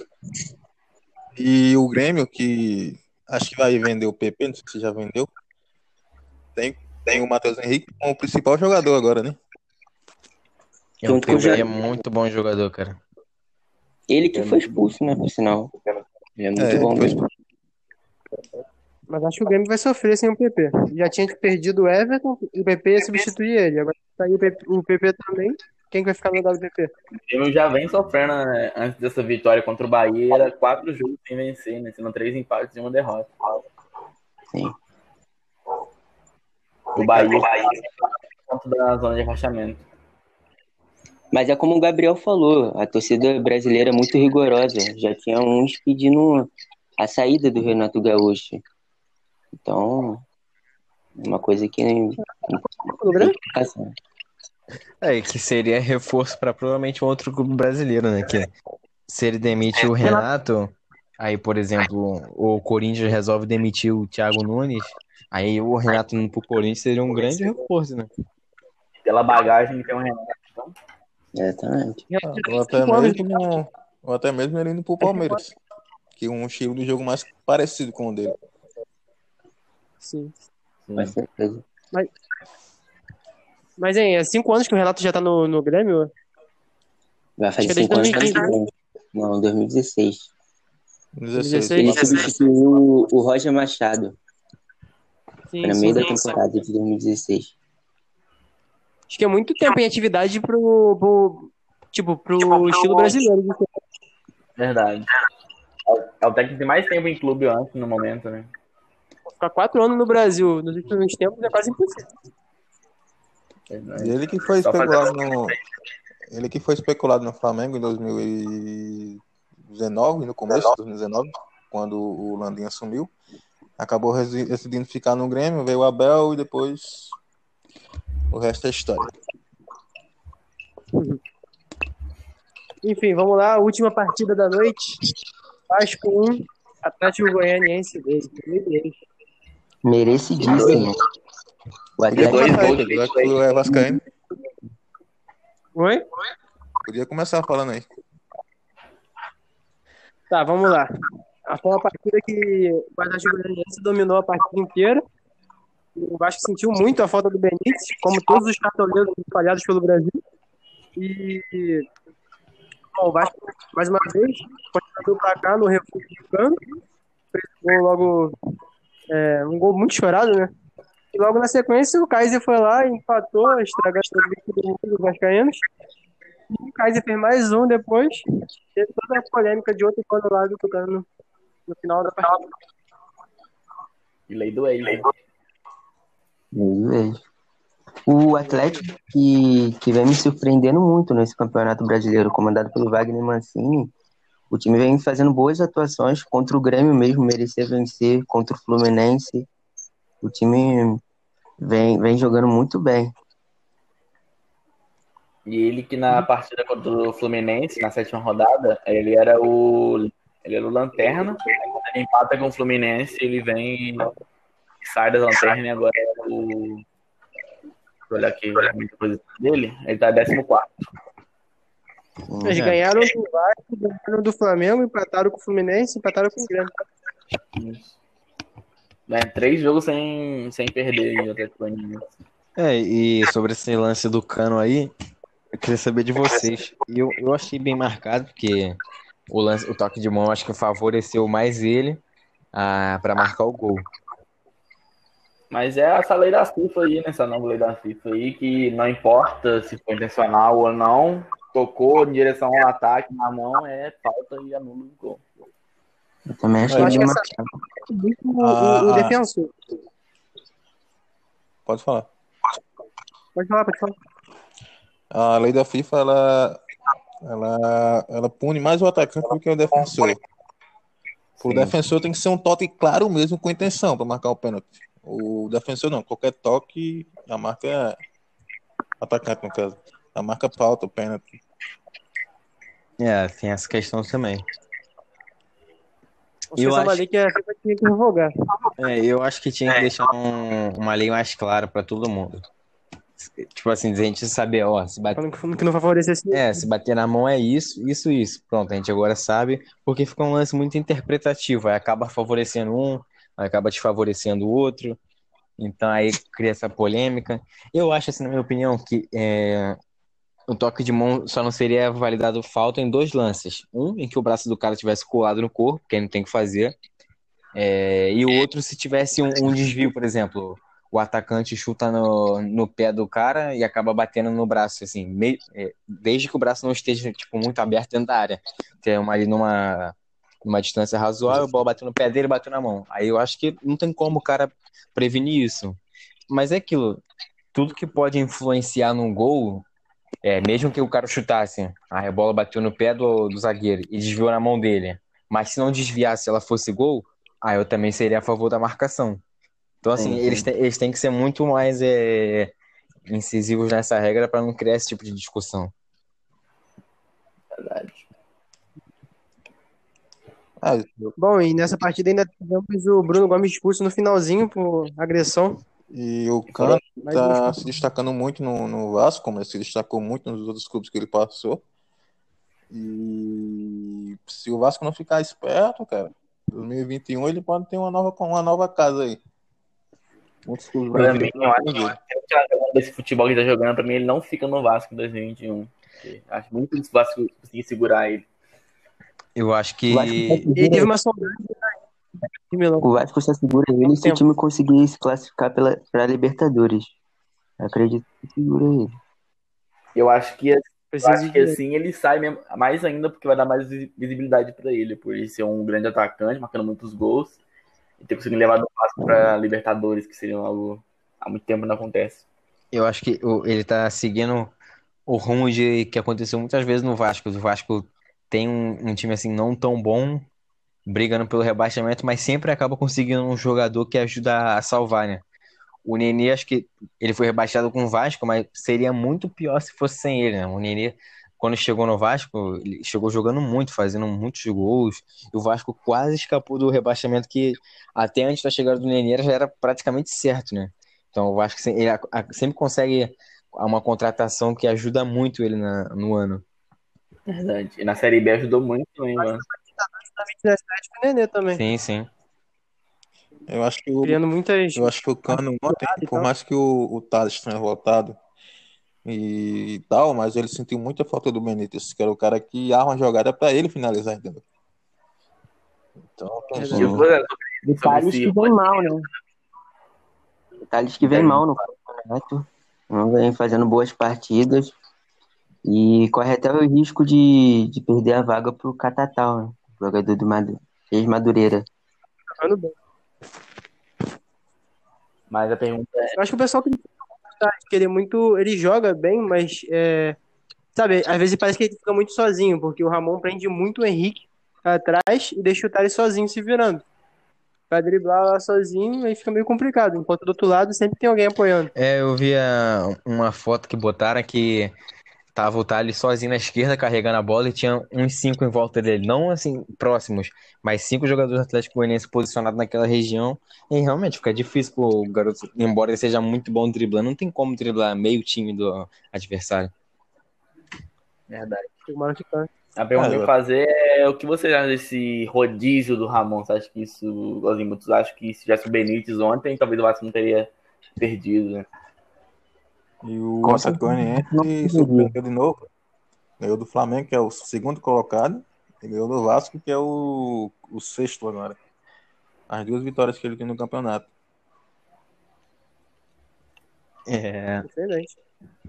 E o Grêmio, que acho que vai vender o PP, não sei se já vendeu. Tem o Matheus Henrique como o principal jogador agora, né? O PP é muito bom jogador, cara. Ele que foi expulso, né, por sinal. Ele é muito bom mesmo. Mas acho que o Grêmio vai sofrer sem o PP. Já tinha perdido o Everton, o PP ia substituir ele. Agora tá aí o PP também. Quem que vai ficar no lugar do PP? O Grêmio já vem sofrendo, né? Antes dessa vitória contra o Bahia, era 4 jogos sem vencer, né? Sendo 3 empates e 1 derrota. Sim. O Bahia ponto da zona de rebaixamento. Mas é como o Gabriel falou, a torcida brasileira é muito rigorosa. Já tinha uns pedindo a saída do Renato Gaúcho. Então, é uma coisa que que seria reforço para provavelmente um outro clube brasileiro, né? Que se ele demite o Renato, aí, por exemplo, o Corinthians resolve demitir o Thiago Nunes, aí o Renato indo pro Corinthians seria um grande reforço, né? Pela bagagem que tem o Renato. Exatamente. Ou até mesmo ele indo pro Palmeiras, que é um estilo de jogo mais parecido com o dele. Sim. Com certeza. Mas, hein, é 5 anos que o Renato já tá no Grêmio? Vai fazer 5 anos. Não, 2016. 2016. Ele substituiu o Roger Machado. Sim, no meio da temporada de 2016. Acho que é muito tempo em atividade pro estilo brasileiro. Verdade. É o técnico que tem mais tempo em clube antes, no momento, né? Ficar 4 anos no Brasil nos últimos tempos é quase impossível. Ele que foi especulado no Flamengo em 2019, no começo de 2019, quando o Landim assumiu. Acabou decidindo ficar no Grêmio, veio o Abel e depois o resto é história. Enfim, vamos lá, última partida da noite. Vasco 1, Atlético Goianiense 2. Merecidíssimo. O Atlético é vascaíno. Oi? Podia começar falando aí. Tá, vamos lá. Foi uma partida que o Atlético Goianiense dominou a partida inteira. O Vasco sentiu muito a falta do Benítez, como todos os cartoleiros espalhados pelo Brasil. E o Vasco, mais uma vez, continuou pra cá no refúgio de Cano. Fez logo um gol muito chorado, né? E logo na sequência o Kaiser foi lá e empatou, estragando todo mundo dos vascaínos. E o Kaiser fez mais um depois. Teve toda a polêmica de outro gol do lado do Cano no final da partida. E lei do ex. O Atlético que vem me surpreendendo muito nesse Campeonato Brasileiro, comandado pelo Wagner Mancini. O time vem fazendo boas atuações contra o Grêmio mesmo, merecia vencer, contra o Fluminense. O time vem jogando muito bem. E ele que na partida contra o Fluminense, na 7ª rodada, ele era o lanterna. Quando ele empata com o Fluminense, ele vem e sai da lanterna e agora é o... Vou olhar aqui a posição dele. Ele tá 14º. Eles ganharam do Vasco, ganharam do Flamengo, empataram com o Fluminense, empataram com o Grêmio. Isso. 3 jogos sem perder aí, até E sobre esse lance do Cano aí, eu queria saber de vocês. Eu achei bem marcado, porque o toque de mão acho que favoreceu mais ele para marcar o gol. Mas é essa lei da FIFA aí, né? Essa nova lei da FIFA aí, que não importa se foi intencional ou não, tocou em direção ao ataque na mão, é falta e anula o gol. Eu também achei bem marcado. O defensor. Pode falar. Pode falar. A lei da FIFA, ela pune mais o atacante do que o defensor. O defensor tem que ser um toque claro mesmo, com intenção, para marcar o pênalti. O defensor não, qualquer toque, a marca é atacante, no caso. A marca falta o pênalti. Tem essa questão também. Eu acho uma lei que a FIFA tinha que revogar. Eu acho que tinha que deixar uma lei mais clara para todo mundo. Tipo assim, a gente saber, se bater... Falando que não favorecesse... se bater na mão é isso. Pronto, a gente agora sabe, porque fica um lance muito interpretativo. Aí acaba favorecendo um, aí acaba desfavorecendo o outro. Então aí cria essa polêmica. Eu acho, assim, na minha opinião, que o toque de mão só não seria validado falta em 2 lances. Um, em que o braço do cara tivesse colado no corpo, que ele não tem que fazer. E o outro, se tivesse um desvio, por exemplo... O atacante chuta no pé do cara e acaba batendo no braço, assim, desde que o braço não esteja, tipo, muito aberto dentro da área. Tem ali numa distância razoável, a bola bateu no pé dele e bateu na mão. Aí eu acho que não tem como o cara prevenir isso. Mas é aquilo, tudo que pode influenciar num gol, mesmo que o cara chutasse, a bola bateu no pé do zagueiro e desviou na mão dele, mas se não desviasse, ela fosse gol, aí eu também seria a favor da marcação. Então, assim, eles têm que ser muito mais incisivos nessa regra para não criar esse tipo de discussão. Verdade. Bom, e nessa partida ainda tivemos o Bruno Gomes expulso no finalzinho por agressão. E o Cano está se destacando muito no Vasco, como ele se destacou muito nos outros clubes que ele passou. E se o Vasco não ficar esperto, cara, em 2021 ele pode ter uma nova casa aí. Pra mim, eu acho que esse futebol que ele tá jogando, pra mim, ele não fica no Vasco em 2021. Acho muito difícil o Vasco conseguir segurar ele. Eu acho que... Ele teve uma saudade. O Vasco só segura ele se o time conseguir se classificar pra Libertadores. Eu acredito que segura ele. Eu acho que assim ele sai mesmo, mais ainda, porque vai dar mais visibilidade pra ele, por ele ser um grande atacante, marcando muitos gols. E ter conseguido levar do Vasco pra Libertadores, que seria algo há muito tempo não acontece. Eu acho que ele tá seguindo o rumo que aconteceu muitas vezes no Vasco. O Vasco tem um time assim não tão bom, brigando pelo rebaixamento, mas sempre acaba conseguindo um jogador que ajuda a salvar, né? O Nenê, acho que ele foi rebaixado com o Vasco, mas seria muito pior se fosse sem ele, né? O Nenê, quando chegou no Vasco, ele chegou jogando muito, fazendo muitos gols, e o Vasco quase escapou do rebaixamento, que até antes da chegada do Nenê já era praticamente certo, né? Então o Vasco ele sempre consegue uma contratação que ajuda muito ele no ano. Verdade. E na Série B ajudou muito também, mano. Com o Nenê também. Sim, sim. Eu acho que o Cano ontem, por mais que o Thales tenha voltado e tal, mas ele sentiu muita falta do Benítez, que era o cara que arma a jogada pra ele finalizar, entendeu? Então, o Thales que vem mal, né? O Thales que vem mal no campeonato, não vem fazendo boas partidas e corre até o risco de perder a vaga pro Catatal, né? Jogador do ex-Madureira. Jogando bem. Mas a pergunta é... Eu acho que o pessoal tem que ele joga bem, mas sabe, às vezes parece que ele fica muito sozinho, porque o Ramon prende muito o Henrique atrás e deixa o Thales sozinho se virando. Pra driblar lá sozinho, aí fica meio complicado. Enquanto do outro lado sempre tem alguém apoiando. Eu via uma foto que botaram que tava o Thales sozinho na esquerda carregando a bola e tinha uns 5 em volta dele. Não assim, próximos, mas 5 jogadores do Atlético Goianiense posicionados naquela região. E realmente fica difícil pro garoto, embora ele seja muito bom driblando, não tem como driblar meio time do adversário. Verdade. Tem uma hora que cansa. A pergunta que eu vou fazer é o que você acha desse rodízio do Ramon? Você acha que isso, assim, muitos acham que se tivesse o Benítez ontem, talvez o Vasco não teria perdido, né? E o Atlético Goianiense surpreendeu de novo. Ganhou do Flamengo, que é o segundo colocado, e ganhou do Vasco, que é o sexto agora. As duas vitórias que ele tem no campeonato. Excelente.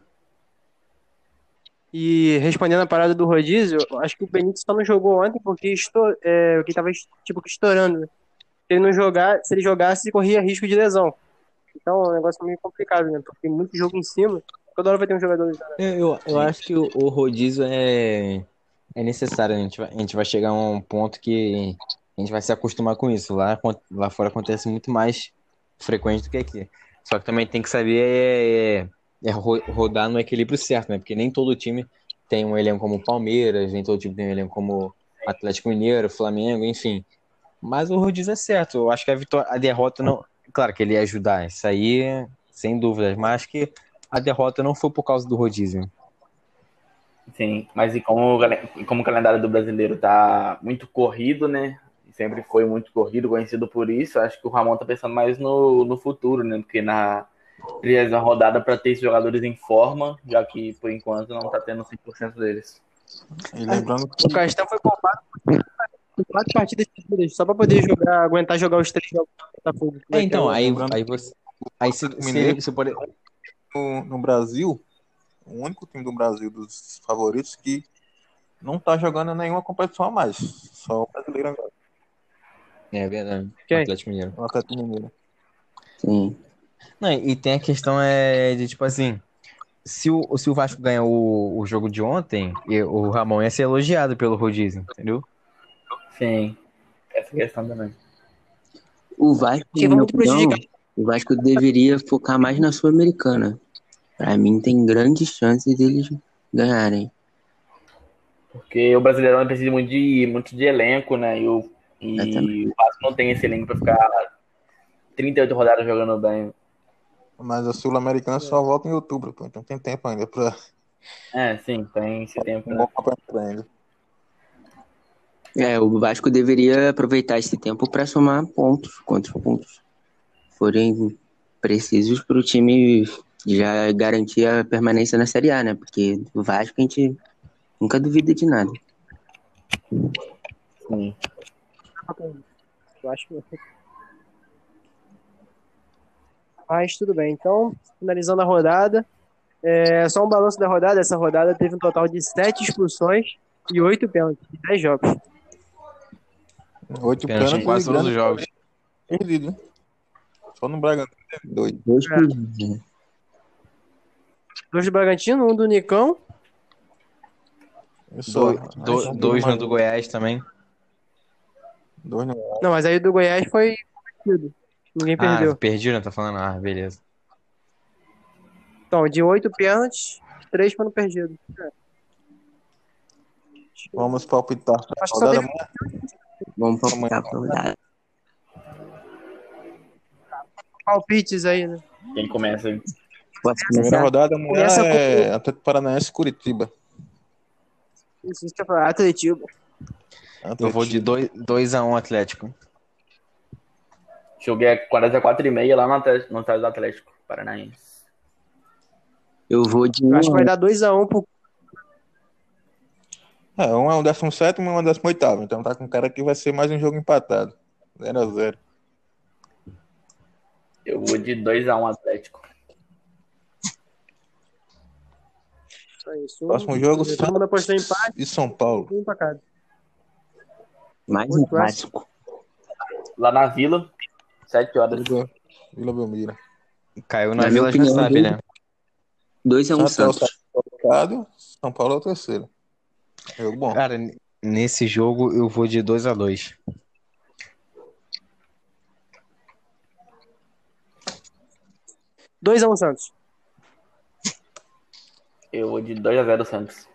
E respondendo a parada do rodízio, eu acho que o Benítez só não jogou ontem porque que tava tipo estourando. Né? Se ele jogasse, corria risco de lesão. Então é um negócio meio complicado, né? Porque tem muito jogo em cima, toda hora vai ter um jogador lesionado. Eu acho que o rodízio é necessário, né? A gente vai chegar a um ponto que a gente vai se acostumar com isso. Lá fora acontece muito mais frequente do que aqui. Só que também tem que saber rodar no equilíbrio certo, né? Porque nem todo time tem um elenco como o Palmeiras, nem todo time tem um elenco como Atlético Mineiro, Flamengo, enfim. Mas o rodízio é certo. Eu acho que a derrota não. Claro que ele ia ajudar, isso aí, sem dúvidas, mas acho que a derrota não foi por causa do rodízio. Sim, mas como o calendário do brasileiro tá muito corrido, né? Sempre foi muito corrido, conhecido por isso. Acho que o Ramon tá pensando mais no futuro, né? Porque na 30ª rodada para ter esses jogadores em forma, já que por enquanto não tá tendo 100% deles. E lembrando que o Castan foi poupado por 4 partidas seguidas, só pra poder aguentar jogar os 3 jogos do Botafogo. Então, aí se pode no Brasil, o único time do Brasil dos favoritos que não tá jogando nenhuma competição a mais, só o brasileiro agora. É verdade. Quem? Atlético Mineiro. O Atlético Mineiro. Sim. Não, e tem a questão de tipo assim, se o Vasco ganhar o jogo de ontem, o Ramon ia ser elogiado pelo rodízio, entendeu? Sim, essa questão também. O Vasco, Que vai muito prejudicar. o Vasco deveria focar mais na Sul-Americana. Pra mim, tem grandes chances deles ganharem. Porque o Brasileirão precisa muito de elenco, né? E o Vasco não tem esse elenco pra ficar 38 rodadas jogando bem. Mas a Sul-Americana só volta em outubro, pô, então tem tempo ainda pra. Sim, tem esse tempo. Um bom campeonato ainda. O Vasco deveria aproveitar esse tempo para somar pontos, quantos pontos forem precisos para o time já garantir a permanência na Série A, né? Porque o Vasco a gente nunca duvida de nada. Sim. Eu acho que... Mas tudo bem. Então, finalizando a rodada, só um balanço da rodada. Essa rodada teve um total de 7 expulsões e 8 pênaltis em 10 jogos. 8 pênaltis em quase todos os jogos. Perdido, né? Só no Bragantino teve 2. 2 perdidos. 2 do Bragantino, 1 do Nicão. 2 no do Goiás também. 2 no... Não, mas aí o do Goiás foi perdido. Ninguém perdeu. Perdiram, tá falando? Beleza. Então, de 8 pênaltis, 3 foram perdidos. Vamos palpitar. Acho que só teve... Vamos palpitar pra rodada. Palpites aí, né? Quem começa aí? Primeira rodada amanhã é Atlético Paranaense e Curitiba. Isso que é pra Atlético. Eu vou de 2-1 Atlético. Joguei a 44,5 lá no estádio do Atlético Paranaense. Eu vou de... Acho que vai dar 2-1 pro... Um é o 17º e um é o 18º. Então tá com cara que vai ser mais um jogo empatado. 0-0. Eu vou de 2-1 Atlético. Isso. Próximo jogo, todo mundo apostou em empate e São Paulo. Empacado. Mais um clássico. Lá na Vila, 7 horas. Vila Belmiro. Caiu na Vila, já sabe, né? 2-1 Santos. São Paulo é o terceiro. Jogo bom. Cara, nesse jogo eu vou de 2-2. 2-1 Santos. Eu vou de 2-0 Santos.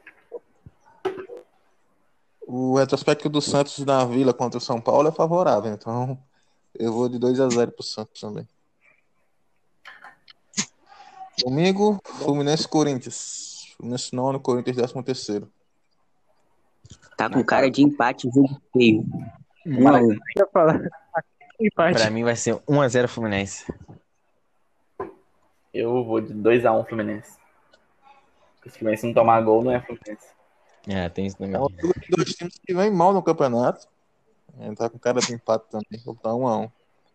O retrospecto do Santos na Vila contra o São Paulo é favorável, então eu vou de 2-0 pro Santos também. Domingo, Fluminense e Corinthians. Fluminense nono, Corinthians 13º. Tá com cara de empate, jogo feio. 1-1. Pra falar. Empate. Pra mim vai ser 1-0 Fluminense. Eu vou de 2-1 Fluminense. Se o Fluminense não tomar gol, não é Fluminense. Tem isso também. É um jogo de dois times que vem mal no campeonato. Tá com cara de empate também. Vou botar 1-1.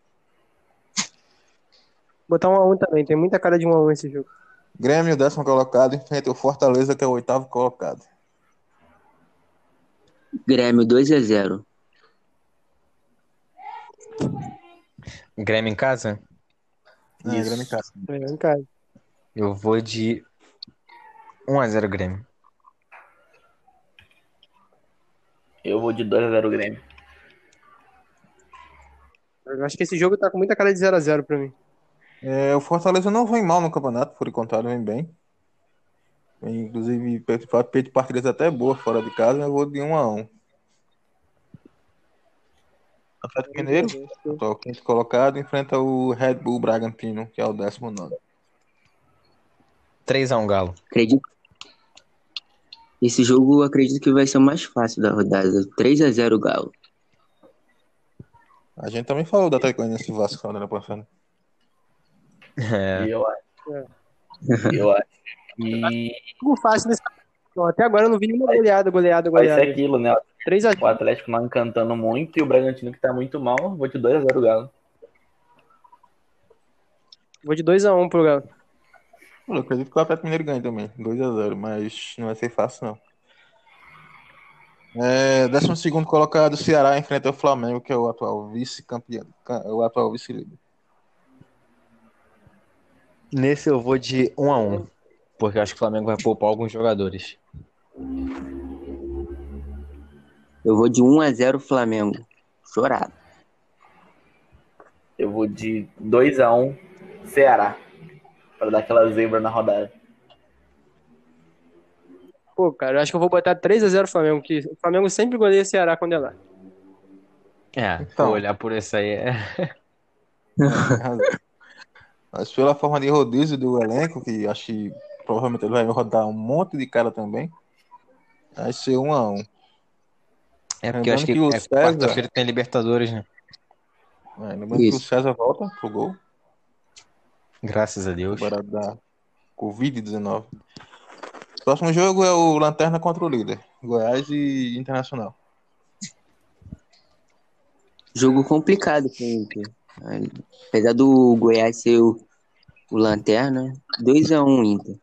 Botar 1-1 também. Tem muita cara de 1-1 esse jogo. Grêmio, 10º colocado, enfrenta o Fortaleza, que é o 8º colocado. Grêmio 2-0. Grêmio em casa? Grêmio em casa. Em casa. Eu vou de 1-0 Grêmio. Eu vou de 2-0 Grêmio. Eu acho que esse jogo tá com muita cara de 0-0 pra mim. O Fortaleza não vem mal no campeonato, por enquanto vem bem. Inclusive, feito partidas até boas fora de casa, eu vou de 1-1. Atlético Mineiro, atual 5º colocado, enfrenta o Red Bull Bragantino, que é o 19º. 3-1 Galo. Esse jogo eu acredito que vai ser o mais fácil da rodada. 3-0 Galo. A gente também falou da Atlético nesse Vasco na passada. E eu acho que Jogo fácil nesse. Até agora eu não vi nenhuma goleada. vai ser aquilo, né? 3-0. O Atlético não encantando muito e o Bragantino que tá muito mal. Vou de 2-0 Galo. Vou de 2-1 pro Galo. Eu acredito que o Atlético Mineiro ganha também, 2-0, mas não vai ser fácil, não. 12º colocado, o Ceará enfrenta o Flamengo, que é o atual vice-campeão, o atual vice-líder. Nesse eu vou de 1-1, porque eu acho que o Flamengo vai poupar alguns jogadores. Eu vou de 1-0 Flamengo. Chorado. Eu vou de 2-1 Ceará. Pra dar aquela zebra na rodada. Pô, cara, eu acho que eu vou botar 3-0 Flamengo, que o Flamengo sempre goleia o Ceará quando é lá. Vou olhar por isso aí. Mas pela forma de rodízio do elenco, que acho que provavelmente ele vai rodar um monte de cara também, vai ser 1-1. Porque eu acho que quarta-feira tem Libertadores, né? Lembrando que o César volta pro gol. Graças a Deus. Agora da Covid-19. Próximo jogo é o Lanterna contra o líder, Goiás e Internacional. Jogo complicado pro Inter. Apesar do Goiás ser o Lanterna, 2-1 Inter.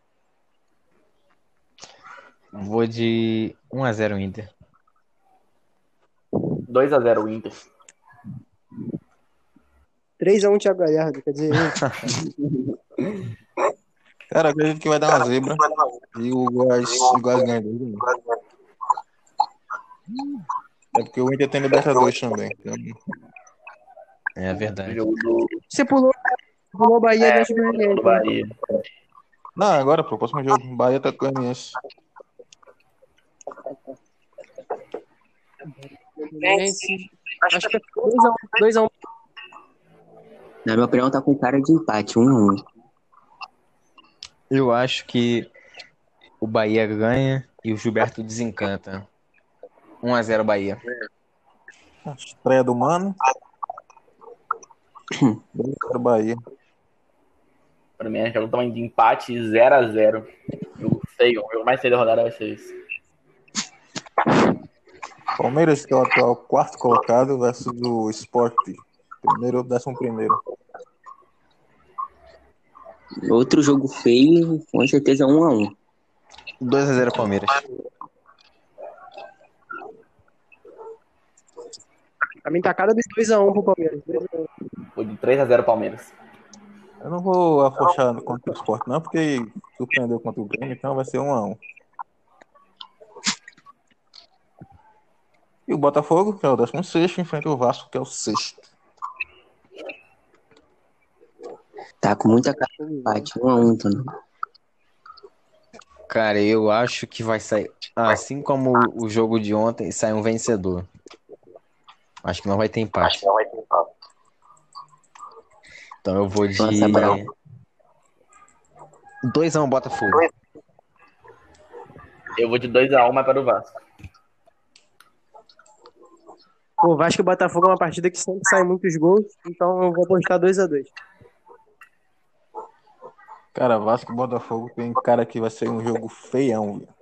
Vou de 1-0 Inter. 2-0 Inter. 3-1 Thiago Galhardo, quer dizer... Cara, eu acredito que vai dar uma zebra e o Goiás ganha. É porque o Inter tem Libertadores também. Então... É verdade. Você pulou o Bahia dentro do Bahia. Não, agora pro próximo jogo. Bahia tá Goianiense. Acho que é 2-1. Na minha opinião, tá com cara de empate, 1-1. Eu acho que o Bahia ganha e o Gilberto desencanta. 1-0 Bahia. Estreia do Mano. 2-0 Bahia. Pra mim, é um tamanho de empate 0-0. Jogo feio. O jogo mais feio da rodada vai ser isso. Palmeiras, que é o atual 4º colocado, versus o Sport, primeiro ou 11º. Outro jogo feio, com certeza 1-1. 2-0 Palmeiras. Pra mim tá cara de 2-1 pro Palmeiras. Vou de 3-0 Palmeiras. Eu não vou afrouxar contra o Sport, não, porque surpreendeu contra o Grêmio, então vai ser 1-1. E o Botafogo, que é o 16º, enfrenta o Vasco, que é o 6º. Tá com muita cara de empate, 1-1 também. Cara, eu acho que vai sair, assim como o jogo de ontem, sai um vencedor. Acho que não vai ter empate. Então eu vou de 2-1 Botafogo. Eu vou de 2-1, mas para o Vasco. O Vasco e Botafogo é uma partida que sempre sai muitos gols, então eu vou apostar 2-2. Cara, Vasco e Botafogo tem cara que vai ser um jogo feião, viu?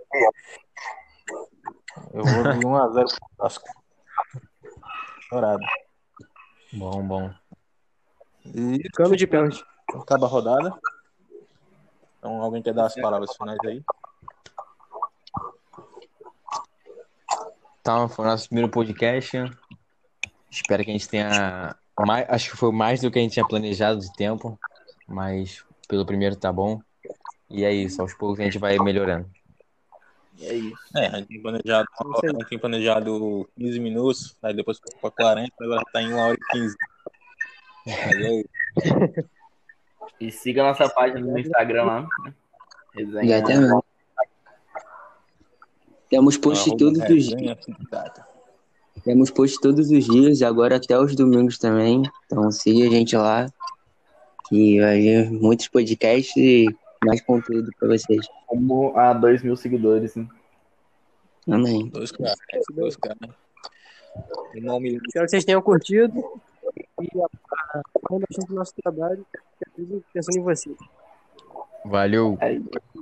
Eu vou de 1-0 pro Vasco. Chorado. Bom. E Cano de pênalti. acaba a rodada. Então, alguém quer dar as palavras finais aí? Então, foi o nosso primeiro podcast. Espero que a gente tenha... Acho que foi mais do que a gente tinha planejado de tempo. Mas pelo primeiro tá bom. E é isso, aos poucos a gente vai melhorando. É isso. A gente tem planejado 15 minutos, aí depois ficou para 40, agora tá em 1h15. Mas é isso. E siga nossa página no Instagram lá. Resenha. Já temos post todos os dias. Temos post todos os dias, agora até os domingos também. Então siga a gente lá. Que vai vir muitos podcasts e mais conteúdo pra vocês. Como a 2.000 seguidores, né? Amém. 2 caras. Espero que vocês tenham curtido e acompanhem bastante o nosso trabalho. Pensando em vocês. Valeu!